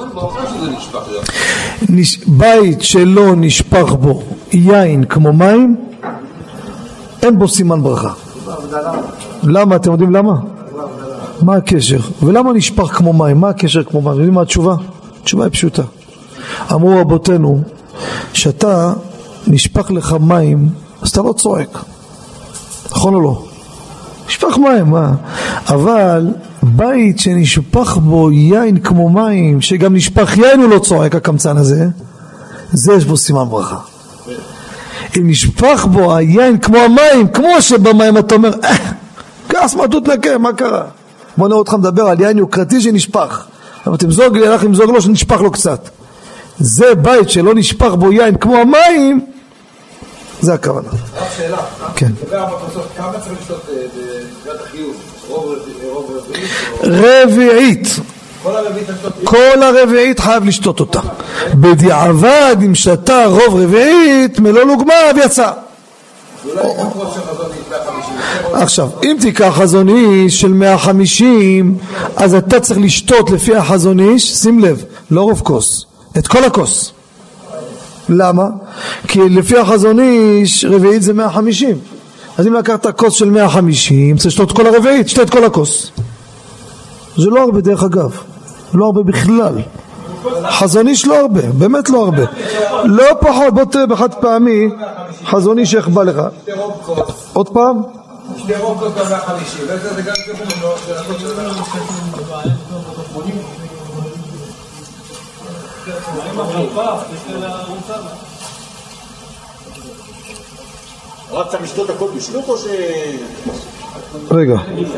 נש... בית שלא נשפך בו יין כמו מים, אין בו סימן ברכה. למה? אתם יודעים למה? מה הקשר? ולמה נשפך כמו מים? מה הקשר כמו מים? יודעים מה התשובה? התשובה היא פשוטה. אמרו רבותינו, שאתה נשפך לך מים, אז אתה לא צועק. נכון או לא? נשפך מים, מה? אבל בית שנשפך בו יין כמו מים, שגם נשפך יין הוא לא צועק, הקמצן הזה, זה יש בו סימן ברכה. אם נשפך בו היין כמו המים, כמו שבמים אתה אומר, אה, כעס מעטות נקה, מה קרה? בוא נראה אותך מדבר על יין יוקרתי שנשפך. אבל תמזוג לי, הלך למזוג לו שנשפך לו קצת. זה בית שלא נשפך בו יין כמו המים, זה הכוונה. רק שאלה. כן. כמה צריך לשתות בגלל החיוב? רוב רביעית? רביעית. כל הרביעית לשתות? כל הרביעית חייב לשתות אותה. בדיעבד אם שתה רוב רביעית מלוא לוגמה ויצא. אולי כמות של חזון איש מאה וחמישים. עכשיו, אם תיקח חזון איש של מאה וחמישים, אז אתה צריך לשתות לפי החזון איש, שים לב, לא רוב כוס, את כל הכוס. למה? כי לפי החזון איש רביעית זה מאה וחמישים. אז אם לקחת כוס של מאה וחמישים, צריך לשתות כל הרביעית, שתה את כל הכוס. זה לא הרבה דרך אגב, לא הרבה בכלל. חזון איש לא הרבה, באמת לא הרבה. לא פחות, בוא תראה בחד פעמי, חזון איש איך בא לך. עוד פעם? שתי רוב כוס גם מאה וחמישים, וזה גם זה כמו של הכוס של מאה וחמישים. רק צריך לשתות הכל בשלוק או ש... רגע,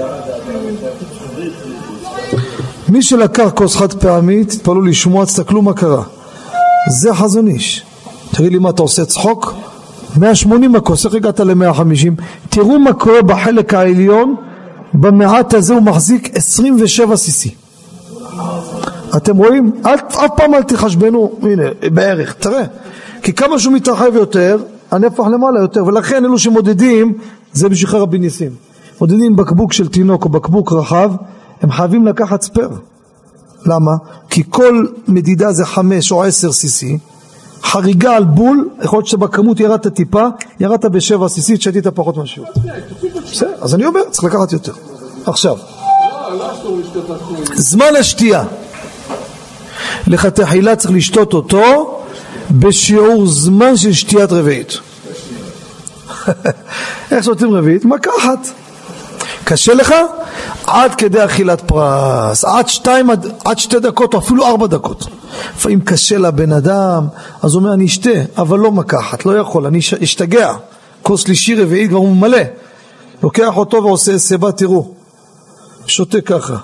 מי שלקח כוס חד פעמית, תתפלו לשמוע, תסתכלו מה קרה. זה חזון איש. תגיד לי מה אתה עושה צחוק? מאה ושמונים הכוס, איך הגעת ל-מאה וחמישים? תראו מה קורה בחלק העליון, במעט הזה הוא מחזיק עשרים ושבע סי-סי. אתם רואים? אף פעם אל תחשבנו, הנה, בערך, תראה. כי כמה שהוא מתרחב יותר, הנפח למעלה יותר, ולכן אלו שמודדים, זה בשביל רבי ניסים. מודדים בקבוק של תינוק או בקבוק רחב, הם חייבים לקחת ספר. למה? כי כל מדידה זה חמש או עשר סי-סי, חריגה על בול, יכול להיות שבכמות ירדת טיפה, ירדת בשבע סי-סי, שתית פחות משהו. בסדר, אז אני אומר, צריך לקחת יותר. עכשיו, זמן השתייה. לכתחילה צריך לשתות אותו בשיעור זמן של שתיית רביעית. איך שותים רביעית? מקחת. קשה לך? עד כדי אכילת פרס, עד שתיים, עד, עד שתי דקות או אפילו ארבע דקות. לפעמים קשה לבן אדם, אז הוא אומר אני אשתה, אבל לא מקחת, לא יכול, אני אשתגע. כוס שלישי רביעית כבר הוא מלא. לוקח אותו ועושה סיבה, תראו, שותה ככה.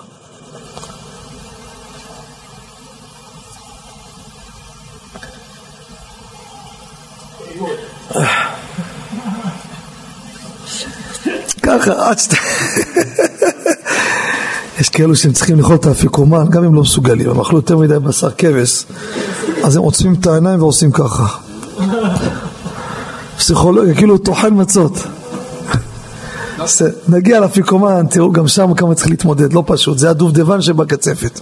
ככה, עד שת... יש כאלו שהם צריכים לאכול את האפיקומן, גם אם לא מסוגלים, הם אכלו יותר מדי בשר כבש, אז הם עוצמים את העיניים ועושים ככה. פסיכולוגיה, כאילו תאכל מצות. נגיע לאפיקומן, תראו גם שם כמה צריך להתמודד, לא פשוט, זה הדובדבן שבקצפת.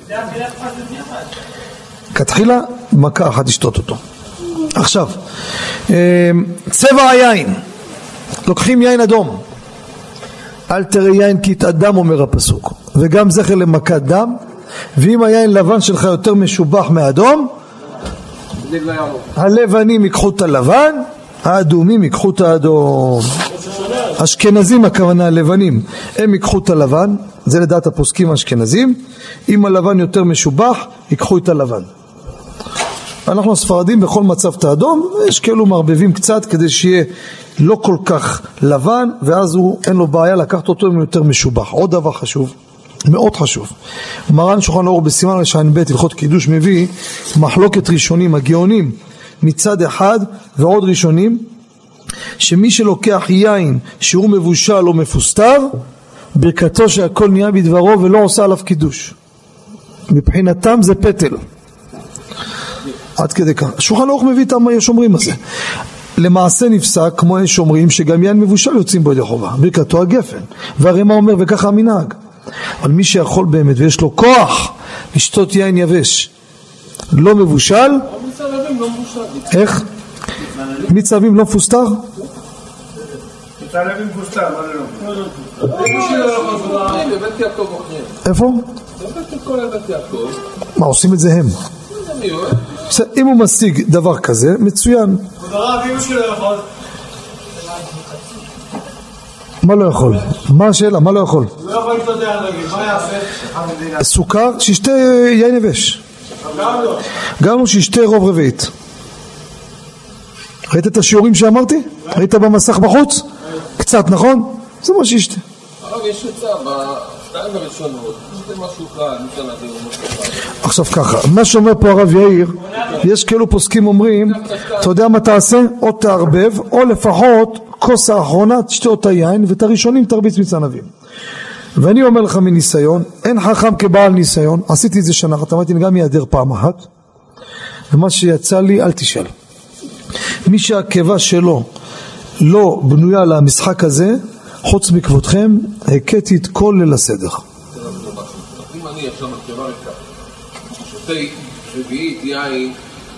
כתחילה מכה אחת לשתות אותו. עכשיו, צבע היין, לוקחים יין אדום, אל תראה יין כי יתאדם אומר הפסוק, וגם זכר למכת דם, ואם היין לבן שלך יותר משובח מאדום, הלבנים ייקחו את הלבן, האדומים ייקחו את האדום. אשכנזים הכוונה הלבנים, הם ייקחו את הלבן, זה לדעת הפוסקים האשכנזים, אם הלבן יותר משובח ייקחו את הלבן. אנחנו הספרדים בכל מצב את האדום, יש כאלו מערבבים קצת כדי שיהיה לא כל כך לבן, ואז הוא אין לו בעיה לקחת אותו אם יותר משובח. עוד דבר חשוב, מאוד חשוב, מרן שולחן אור בסימן רש"ב הלכות קידוש מביא מחלוקת ראשונים, הגאונים מצד אחד ועוד ראשונים, שמי שלוקח יין שהוא מבושל או מפוסטר, ברכתו שהכל נהיה בדברו ולא עושה עליו קידוש. מבחינתם זה פטל. עד כדי כך. שולחן אור מביא את יש אומרים הזה. למעשה נפסק, כמו יש אומרים, שגם יין מבושל יוצאים בו ידי חובה. ברכתו הגפן. והרמ"א אומר, וככה המנהג. אבל מי שיכול באמת ויש לו כוח לשתות יין יבש לא מבושל, איך? מצלבים לא מפוסטר? מצלבים מפוסטר, מה זה לא? בבית יעקב אוכלים. איפה? בבית יעקב. מה, עושים את זה הם? אם הוא משיג דבר כזה, מצוין. מה לא יכול? מה השאלה? מה לא יכול? הוא לא יכול להתודע נגיד, מה יעשה? סוכר, שישתה יין יבש. גם הוא שישתה רוב רביעית. ראית את השיעורים שאמרתי? ראית במסך בחוץ? קצת, נכון? זה מה שישתה. הרב, יש יצא בשתיים הראשונות, יש משהו כאן, ניתן להדיר עכשיו ככה, מה שאומר פה הרב יאיר, יש כאלו פוסקים אומרים, אתה יודע מה תעשה? או תערבב, או לפחות כוס האחרונה תשתה אותה יין, ואת הראשונים תרביץ מצנבים. ואני אומר לך מניסיון, אין חכם כבעל ניסיון, עשיתי את זה שנה אחת, אמרתי גם יעדר פעם אחת, ומה שיצא לי אל תשאל. מי שהעקבה שלו לא בנויה למשחק הזה, חוץ מכבודכם, הכיתי את כל ליל הסדר. אם אני עכשיו עקבה ריקה, שותה רביעית יין,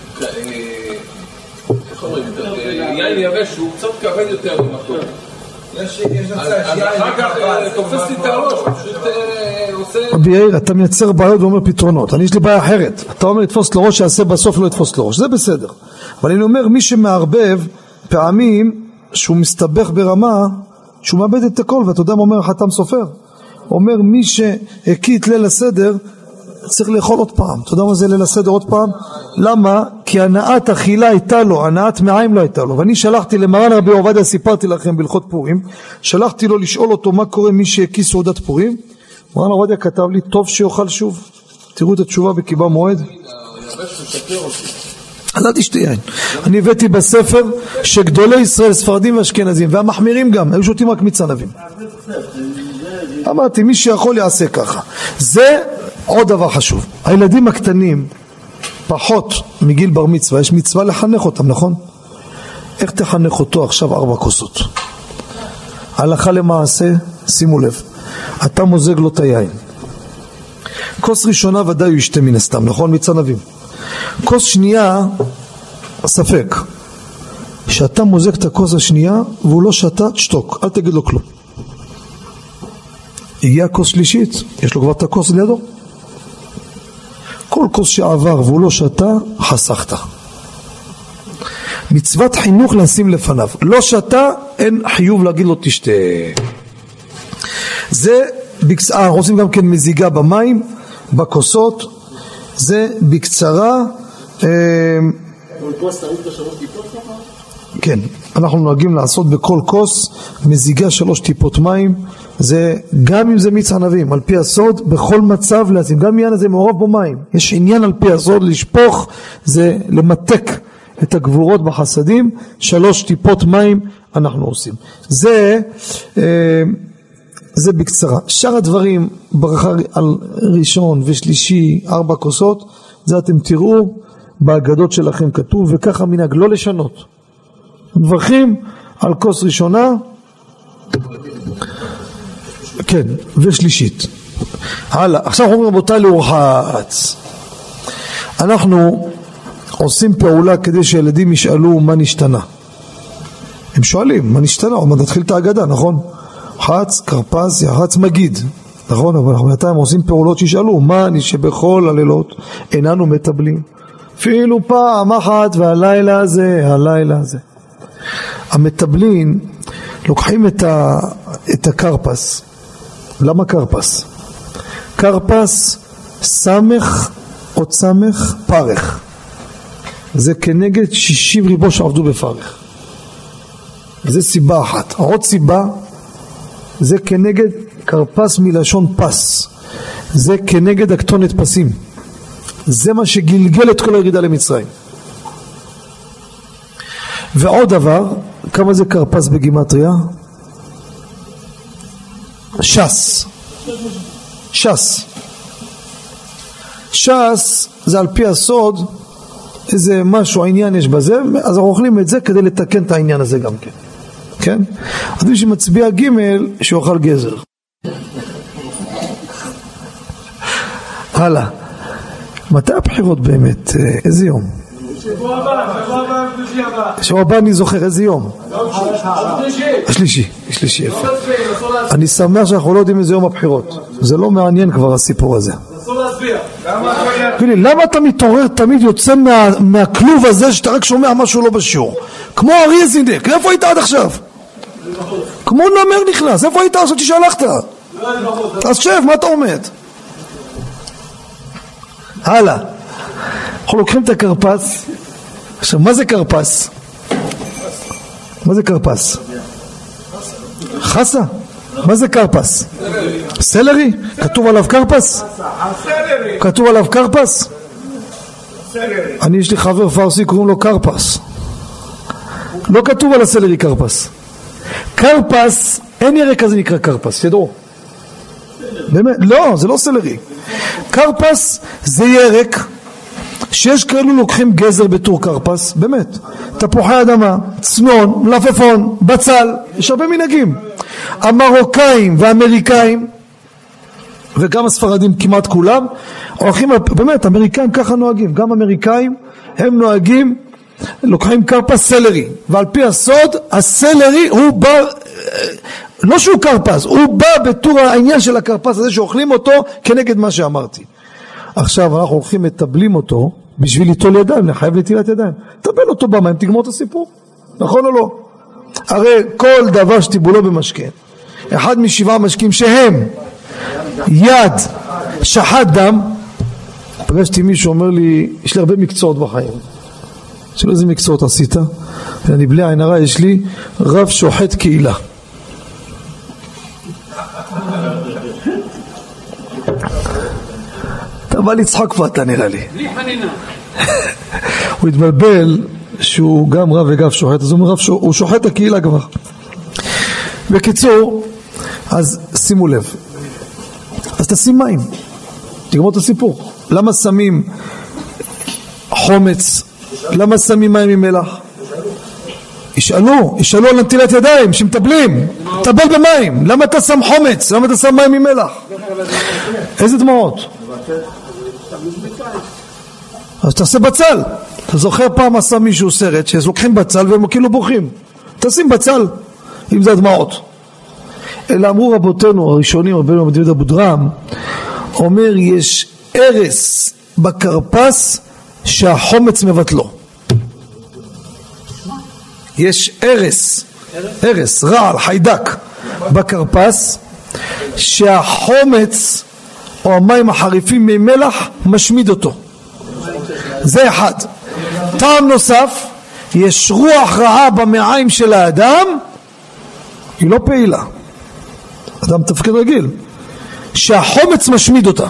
איך אומרים, יין יבש הוא קצת כבד יותר במקום. אז אחר כך תופס לי את הראש, פשוט עושה... רבי יאיר, אתה מייצר בעיות ואומר פתרונות. אני יש לי בעיה אחרת. אתה אומר לתפוס לראש, שיעשה בסוף לא לתפוס לראש. זה בסדר. אבל אני אומר, מי שמערבב פעמים שהוא מסתבך ברמה, שהוא מאבד את הכל, ואתה יודע מה אומר החתם סופר? אומר, מי שהקיא את ליל הסדר, צריך לאכול עוד פעם. אתה יודע מה זה ליל הסדר עוד פעם? למה? כי הנעת אכילה הייתה לו, הנעת מעיים לא הייתה לו. ואני שלחתי למרן רבי עובדיה, סיפרתי לכם בהלכות פורים, שלחתי לו לשאול אותו מה קורה מי שהקיא סעודת פורים. מרן עובדיה כתב לי, טוב שיאכל שוב. תראו את התשובה בקיבה מועד. אז אל תשתה יין. אני הבאתי בספר שגדולי ישראל, ספרדים ואשכנזים, והמחמירים גם, היו שותים רק מצנבים. אמרתי, מי שיכול יעשה ככה. זה עוד דבר חשוב. הילדים הקטנים, פחות מגיל בר מצווה, יש מצווה לחנך אותם, נכון? איך תחנך אותו עכשיו ארבע כוסות? הלכה למעשה, שימו לב, אתה מוזג לו את היין. כוס ראשונה ודאי הוא ישתה מן הסתם, נכון? מצנבים. כוס שנייה, ספק. שאתה מוזג את הכוס השנייה והוא לא שתה, תשתוק, אל תגיד לו כלום. הגיעה כוס שלישית, יש לו כבר את הכוס לידו. כל כוס שעבר והוא לא שתה, חסכת. מצוות חינוך לשים לפניו. לא שתה, אין חיוב להגיד לו תשתה. זה, בקצרה, עושים גם כן מזיגה במים, בכוסות. זה בקצרה. כל כוס תמיד בשלוש טיפות ככה? כן, אנחנו נוהגים לעשות בכל כוס מזיגה שלוש טיפות מים. זה גם אם זה מיץ ענבים, על פי הסוד, בכל מצב לשים, גם עניין הזה מעורב בו מים. יש עניין על פי הסוד לשפוך, זה למתק את הגבורות בחסדים, שלוש טיפות מים אנחנו עושים. זה, זה בקצרה. שאר הדברים, ברכה על ראשון ושלישי, ארבע כוסות, זה אתם תראו בהגדות שלכם כתוב, וככה מנהג, לא לשנות. מברכים על כוס ראשונה, כן, ושלישית. הלאה, עכשיו אומרים רבותיי להורחץ. אנחנו עושים פעולה כדי שילדים ישאלו מה נשתנה. הם שואלים מה נשתנה, או מה נתחיל את ההגדה, נכון? חץ, קרפס, יחץ, מגיד, נכון? אבל אנחנו בינתיים עושים פעולות שישאלו מה שבכל הלילות איננו מטבלים. אפילו פעם אחת והלילה הזה, הלילה הזה. המטבלים לוקחים את, ה, את הקרפס. למה קרפס? קרפס סמך או צמך פרך. זה כנגד שישים ריבו שעבדו בפרך. זה סיבה אחת. עוד סיבה, זה כנגד קרפס מלשון פס. זה כנגד הקטונת פסים. זה מה שגלגל את כל הירידה למצרים. ועוד דבר, כמה זה קרפס בגימטריה? שס. שס. שס זה על פי הסוד, איזה משהו, העניין יש בזה, אז אנחנו אוכלים את זה כדי לתקן את העניין הזה גם כן. כן? אז מי שמצביע ג' שאוכל גזר. הלאה. מתי הבחירות באמת? איזה יום? שבוע הבא, שבוע הבא, שלישי הבא. שבוע הבא אני זוכר, איזה יום? השלישי, השלישי, יפה. אני שמח שאנחנו לא יודעים איזה יום הבחירות. זה לא מעניין כבר הסיפור הזה. למה אתה מתעורר תמיד יוצא מהכלוב הזה שאתה רק שומע משהו לא בשיעור? כמו אריה זינדק, איפה היית עד עכשיו? כמו נמר נכנס, איפה היית עכשיו ששלחת? אז שב, מה אתה עומד? הלאה. אנחנו לוקחים את הקרפס. עכשיו, מה זה קרפס? מה זה קרפס? חסה? מה זה קרפס? סלרי? כתוב עליו קרפס? כתוב עליו קרפס? אני יש לי חבר פרסי קוראים לו קרפס. לא כתוב על הסלרי קרפס. קרפס, אין ירק כזה נקרא קרפס, תדעו. באמת, לא, זה לא סלרי. קרפס זה ירק שיש כאלו לוקחים גזר בתור קרפס, באמת. תפוחי אדמה, צנון, מלפפון, בצל, יש הרבה מנהגים. המרוקאים והאמריקאים, וגם הספרדים כמעט כולם, הולכים, באמת, אמריקאים ככה נוהגים, גם אמריקאים, הם נוהגים, לוקחים קרפס סלרי, ועל פי הסוד, הסלרי הוא בא, לא שהוא קרפס, הוא בא בתור העניין של הקרפס הזה שאוכלים אותו כנגד מה שאמרתי. עכשיו אנחנו הולכים מטבלים אותו בשביל ליטול ידיים, לחייב לטילת ידיים. טבל אותו במים, תגמור את הסיפור. נכון או לא? הרי כל דבר שטיבולו במשקה, אחד משבעה משקים שהם יד, שחט דם. פגשתי מישהו אומר לי, יש לי הרבה מקצועות בחיים. שלא איזה מקצועות עשית? ואני בלי עין הרע, יש לי רב שוחט קהילה. אתה בא לצחוק פה, אתה נראה לי. בלי חנינה. הוא התבלבל שהוא גם רב וגם שוחט, אז הוא אומר רב, הוא שוחט הקהילה כבר. בקיצור, אז שימו לב. אז תשים מים. תגמור את הסיפור. למה שמים חומץ? למה שמים מים עם מלח? ישאלו, ישאלו על נטילת ידיים שמטבלים, טבל במים. למה אתה שם חומץ? למה אתה שם מים עם מלח? איזה דמעות? אז תעשה בצל. אתה זוכר פעם עשה מישהו סרט שלוקחים בצל והם כאילו בוכים. תשים בצל אם זה הדמעות. אלא אמרו רבותינו הראשונים, רבנו דוד אבודרהם, אומר יש ארס בקרפס שהחומץ מבטלו. יש ארס, ארס, רעל, חיידק בקרפס שהחומץ או המים החריפים ממלח משמיד אותו. זה אחד. טעם נוסף, יש רוח רעה במעיים של האדם, היא לא פעילה. אדם תפקד רגיל, שהחומץ משמיד אותה.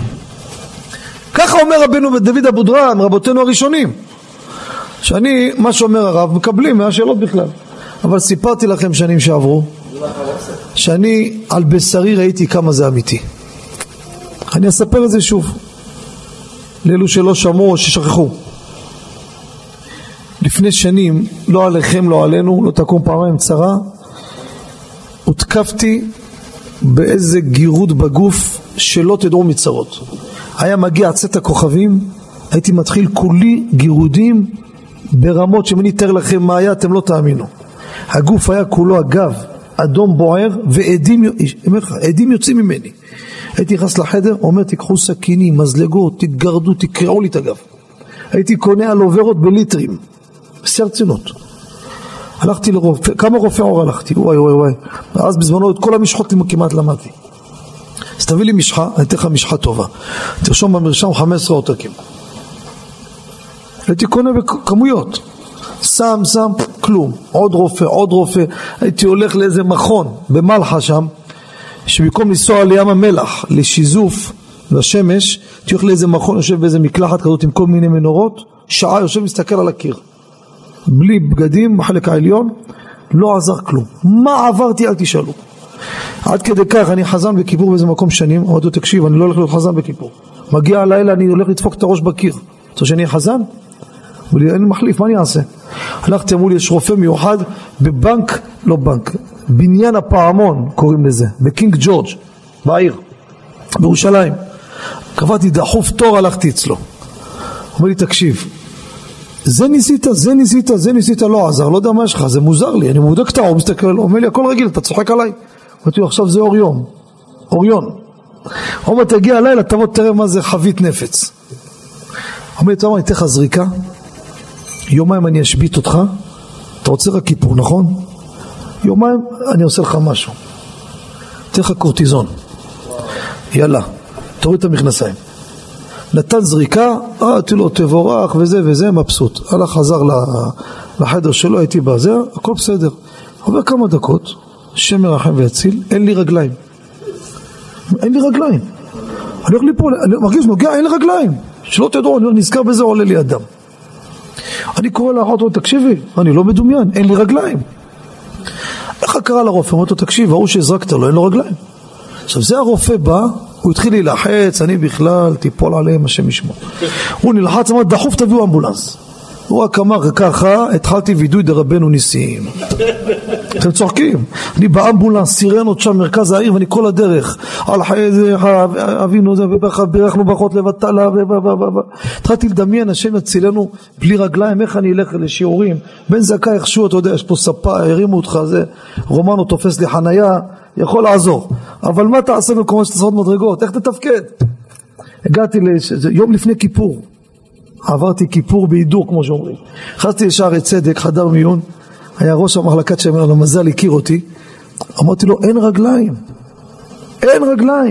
ככה אומר רבנו דוד אבודרהם, רבותינו הראשונים. שאני, מה שאומר הרב, מקבלים מהשאלות בכלל. אבל סיפרתי לכם שנים שעברו, שאני על בשרי ראיתי כמה זה אמיתי. אני אספר את זה שוב. לאלו שלא שמעו או ששכחו. לפני שנים, לא עליכם, לא עלינו, לא תקום פעמיים צרה, הותקפתי באיזה גירוד בגוף שלא תדעו מצרות. היה מגיע צאת הכוכבים, הייתי מתחיל כולי גירודים ברמות שמני תאר לכם מה היה, אתם לא תאמינו. הגוף היה כולו הגב, אדום בוער, ועדים עדים יוצאים ממני. הייתי נכנס לחדר, אומר תיקחו סכינים, מזלגות, תגרדו, תקרעו לי את הגב. הייתי קונה על עוברות בליטרים, בשיא הרצינות. הלכתי לרופא, כמה רופא עור הלכתי, וואי וואי וואי. אז בזמנו את כל המשחות כמעט למדתי. אז תביא לי משחה, אני אתן לך משחה טובה. תרשום במרשם חמש עשרה עותקים. הייתי קונה בכמויות. שם, שם, כלום. עוד רופא, עוד רופא. הייתי הולך לאיזה מכון במלחה שם, שבמקום לנסוע לים המלח, לשיזוף, לשמש, הייתי הולך לאיזה מכון, יושב באיזה מקלחת כזאת עם כל מיני מנורות, שעה יושב מסתכל על הקיר. בלי בגדים, בחלק העליון, לא עזר כלום. מה עברתי, אל תשאלו. עד כדי כך, אני חזן בכיפור באיזה מקום שנים, אמרתי לו, תקשיב, אני לא הולך להיות חזן בכיפור. מגיע הלילה, אני הולך לדפוק את הראש בקיר. אתה שאני אהיה חזן? אמרו לי, אין מחליף, מה אני אעשה? הלכתי, אמרו לי, יש רופא מיוחד בבנק, לא בנק, בניין הפעמון, קוראים לזה, בקינג ג'ורג', בעיר, בירושלים. קבעתי דחוף תור, הלכתי אצלו. אמרו לי, תקשיב, זה ניסית, זה ניסית, זה ניסית, לא עזר, לא יודע מה יש לך, זה מוזר לי, אני מודק את האור, מסתכל, אומר לי, הכל רגיל, אתה צוחק עליי. אמרתי לו, עכשיו זה אוריון, אוריון. אומר, תגיע הלילה, תבוא תראה מה זה חבית נפץ. אומר לי, אתה אומר, אני אתן לך זריקה, יומיים אני אשבית אותך, אתה רוצה רק כיפור, נכון? יומיים אני עושה לך משהו, אתן לך קורטיזון, יאללה, תוריד את המכנסיים. נתן זריקה, אה, תראו, תבורך וזה וזה, מבסוט. הלך חזר לחדר שלו, הייתי בזה, הכל בסדר. עובר כמה דקות, שם מרחם ויציל, אין לי רגליים. אין לי רגליים. אני הולך לי פה, אני מרגיש נוגע, אין לי רגליים. שלא תדעו, אני נזכר בזה, עולה לי אדם. אני קורא לאחות, תקשיבי, אני לא מדומיין, אין לי רגליים. איך קרא לרופא? אמרתי לו, תקשיב, ההוא שהזרקת לו, אין לו רגליים. עכשיו זה הרופא בא, הוא התחיל להילחץ, אני בכלל תיפול עליהם השם ישמור. הוא נלחץ, אמר דחוף תביאו אמבולנס. הוא רק אמר ככה, התחלתי וידוי דרבנו ניסים. אתם צוחקים, אני באמבולנס, סירנות שם מרכז העיר ואני כל הדרך על חייזה, אבינו זה וברכנו ברכות לבטלה התחלתי לדמיין, השם יצילנו בלי רגליים, איך אני אלך לשיעורים בן זכאי איכשהו, אתה יודע, יש פה ספה, הרימו אותך, זה רומנו תופס לי חנייה, יכול לעזור, אבל מה תעשה במקומות שתעשות מדרגות, איך תתפקד? הגעתי ליום לפני כיפור, עברתי כיפור בהידור כמו שאומרים, חזתי לשערי צדק, חדר מיון, היה ראש המחלקת שם, על המזל הכיר אותי, אמרתי לו אין רגליים, אין רגליים.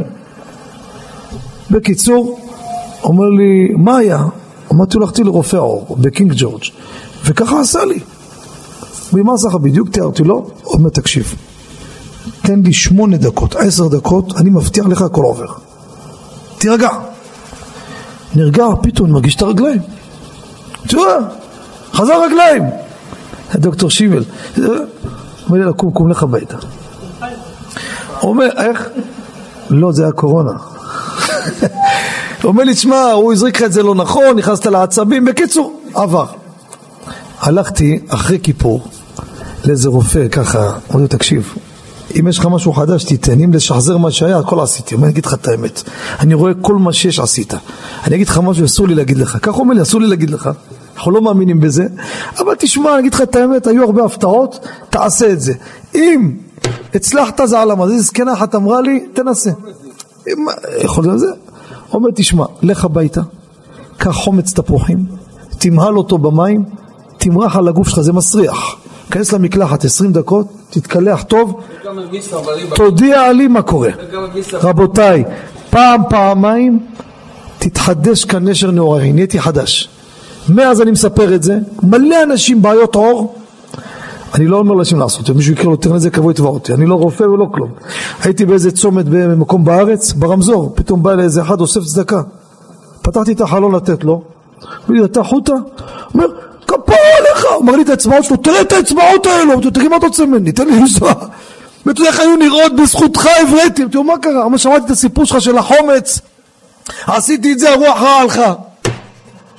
בקיצור, אומר לי מה היה? אמרתי לו הלכתי לרופא עור בקינג ג'ורג' וככה עשה לי. ומה עשה לך בדיוק? תיארתי לו, אומר תקשיב, תן לי שמונה דקות, עשר דקות, אני מבטיח לך הכל עובר, תירגע. נרגע, פתאום מרגיש את הרגליים, תראה, חזר רגליים. דוקטור שימל אומר לי לקום, קום לך ביתה. אומר, איך? לא, זה היה קורונה. אומר לי, תשמע, הוא הזריק לך את זה לא נכון, נכנסת לעצבים, בקיצור, עבר. הלכתי אחרי כיפור לאיזה רופא ככה, אומר לי, תקשיב, אם יש לך משהו חדש תיתן, אם לשחזר מה שהיה, הכל עשיתי. אני אגיד לך את האמת, אני רואה כל מה שיש עשית, אני אגיד לך משהו, אסור לי להגיד לך. כך אומר לי, אסור לי להגיד לך, אנחנו לא מאמינים בזה, אבל תשמע, אני אגיד לך את האמת, היו הרבה הפתעות, תעשה את זה. אם הצלחת זה על המזה, זקנה אחת אמרה לי, תנסה. יכול להיות זה? אומר, תשמע, לך הביתה, קח חומץ תפוחים, תמהל אותו במים, תמרח על הגוף שלך, זה מסריח. כנס למקלחת עשרים דקות, תתקלח טוב, תודיע לי מה קורה. רבותיי, פעם, פעמיים, תתחדש כאן נשר נעוררי, נהייתי חדש. מאז אני מספר את זה, מלא אנשים בעיות עור, אני לא אומר לאנשים לעשות, מישהו יקרא לו תראה את זה כבוא יתבע אותי, אני לא רופא ולא כלום. הייתי באיזה צומת במקום בארץ, ברמזור, פתאום בא לאיזה אחד אוסף צדקה, פתחתי את החלון לתת לו, אמר לי, אתה חוטה? אומר, כפרה עליך, אמר לי את האצבעות שלו, תראה את האצבעות האלו, תראה מה אתה רוצה ממני, תן לי לנסוע. ואתה יודע איך היו נראות בזכותך הבראתי, תראו מה קרה, אמר שמעתי את הסיפור שלך של החומץ, עשיתי את זה, הרוח רעה עליך.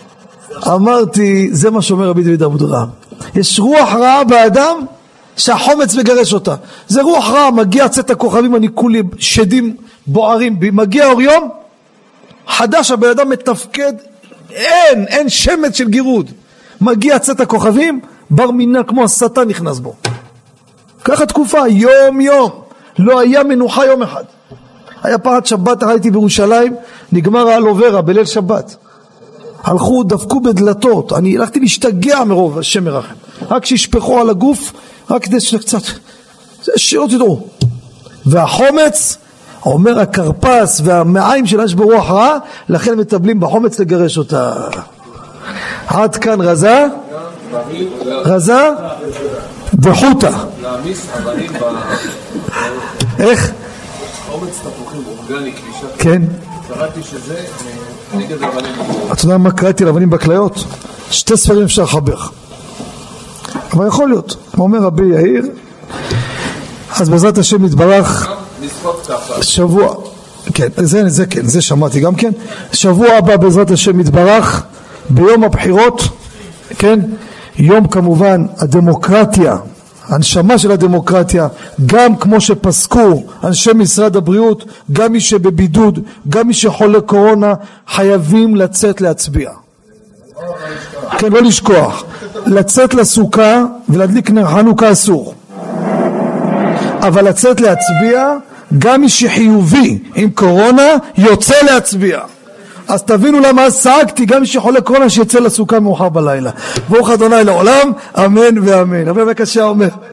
אמרתי, זה מה שאומר רבי דוד אבודרהם. יש רוח רעה באדם שהחומץ מגרש אותה. זה רוח רעה, מגיע צאת הכוכבים, אני כולי שדים בוערים, מגיע אור יום, חדש הבן אדם מתפקד, אין, אין שמץ של גירוד. מגיע צאת הכוכבים, בר מינה כמו השטן נכנס בו. ככה תקופה, יום יום, לא היה מנוחה יום אחד. היה פרט שבת, הייתי בירושלים, נגמר האלוברה בליל שבת. הלכו, דפקו בדלתות, אני הלכתי להשתגע מרוב השם מרחם. רק שישפחו על הגוף, רק כדי שקצת, זה שלא תדעו. והחומץ, אומר הקרפס והמעיים שלה יש ברוח רע, לכן מטבלים בחומץ לגרש אותה. עד כאן רזה, רזה וחוטה. להעמיס אבנים ב... איך? חומץ תפוחים אורגני, קלישת. כן. קראתי שזה נגד אבנים. אתה יודע מה קראתי על אבנים בכליות? שתי ספרים אפשר לחבר. אבל יכול להיות. מה אומר רבי יאיר? אז בעזרת השם יתברך שבוע, כן, זה, זה כן, זה שמעתי גם כן. שבוע הבא בעזרת השם יתברך ביום הבחירות, כן, יום כמובן הדמוקרטיה, הנשמה של הדמוקרטיה, גם כמו שפסקו אנשי משרד הבריאות, גם מי שבבידוד, גם מי שחולה קורונה, חייבים לצאת להצביע. כן, לא לשכוח, לצאת לסוכה ולהדליק נר חנוכה אסור, אבל לצאת להצביע, גם מי שחיובי עם קורונה יוצא להצביע. אז תבינו למה אז צעקתי, גם מי שחולה קורונה שיצא לסוכה מאוחר בלילה. ברוך ה' לעולם, אמן ואמן. רבי בקשה אומר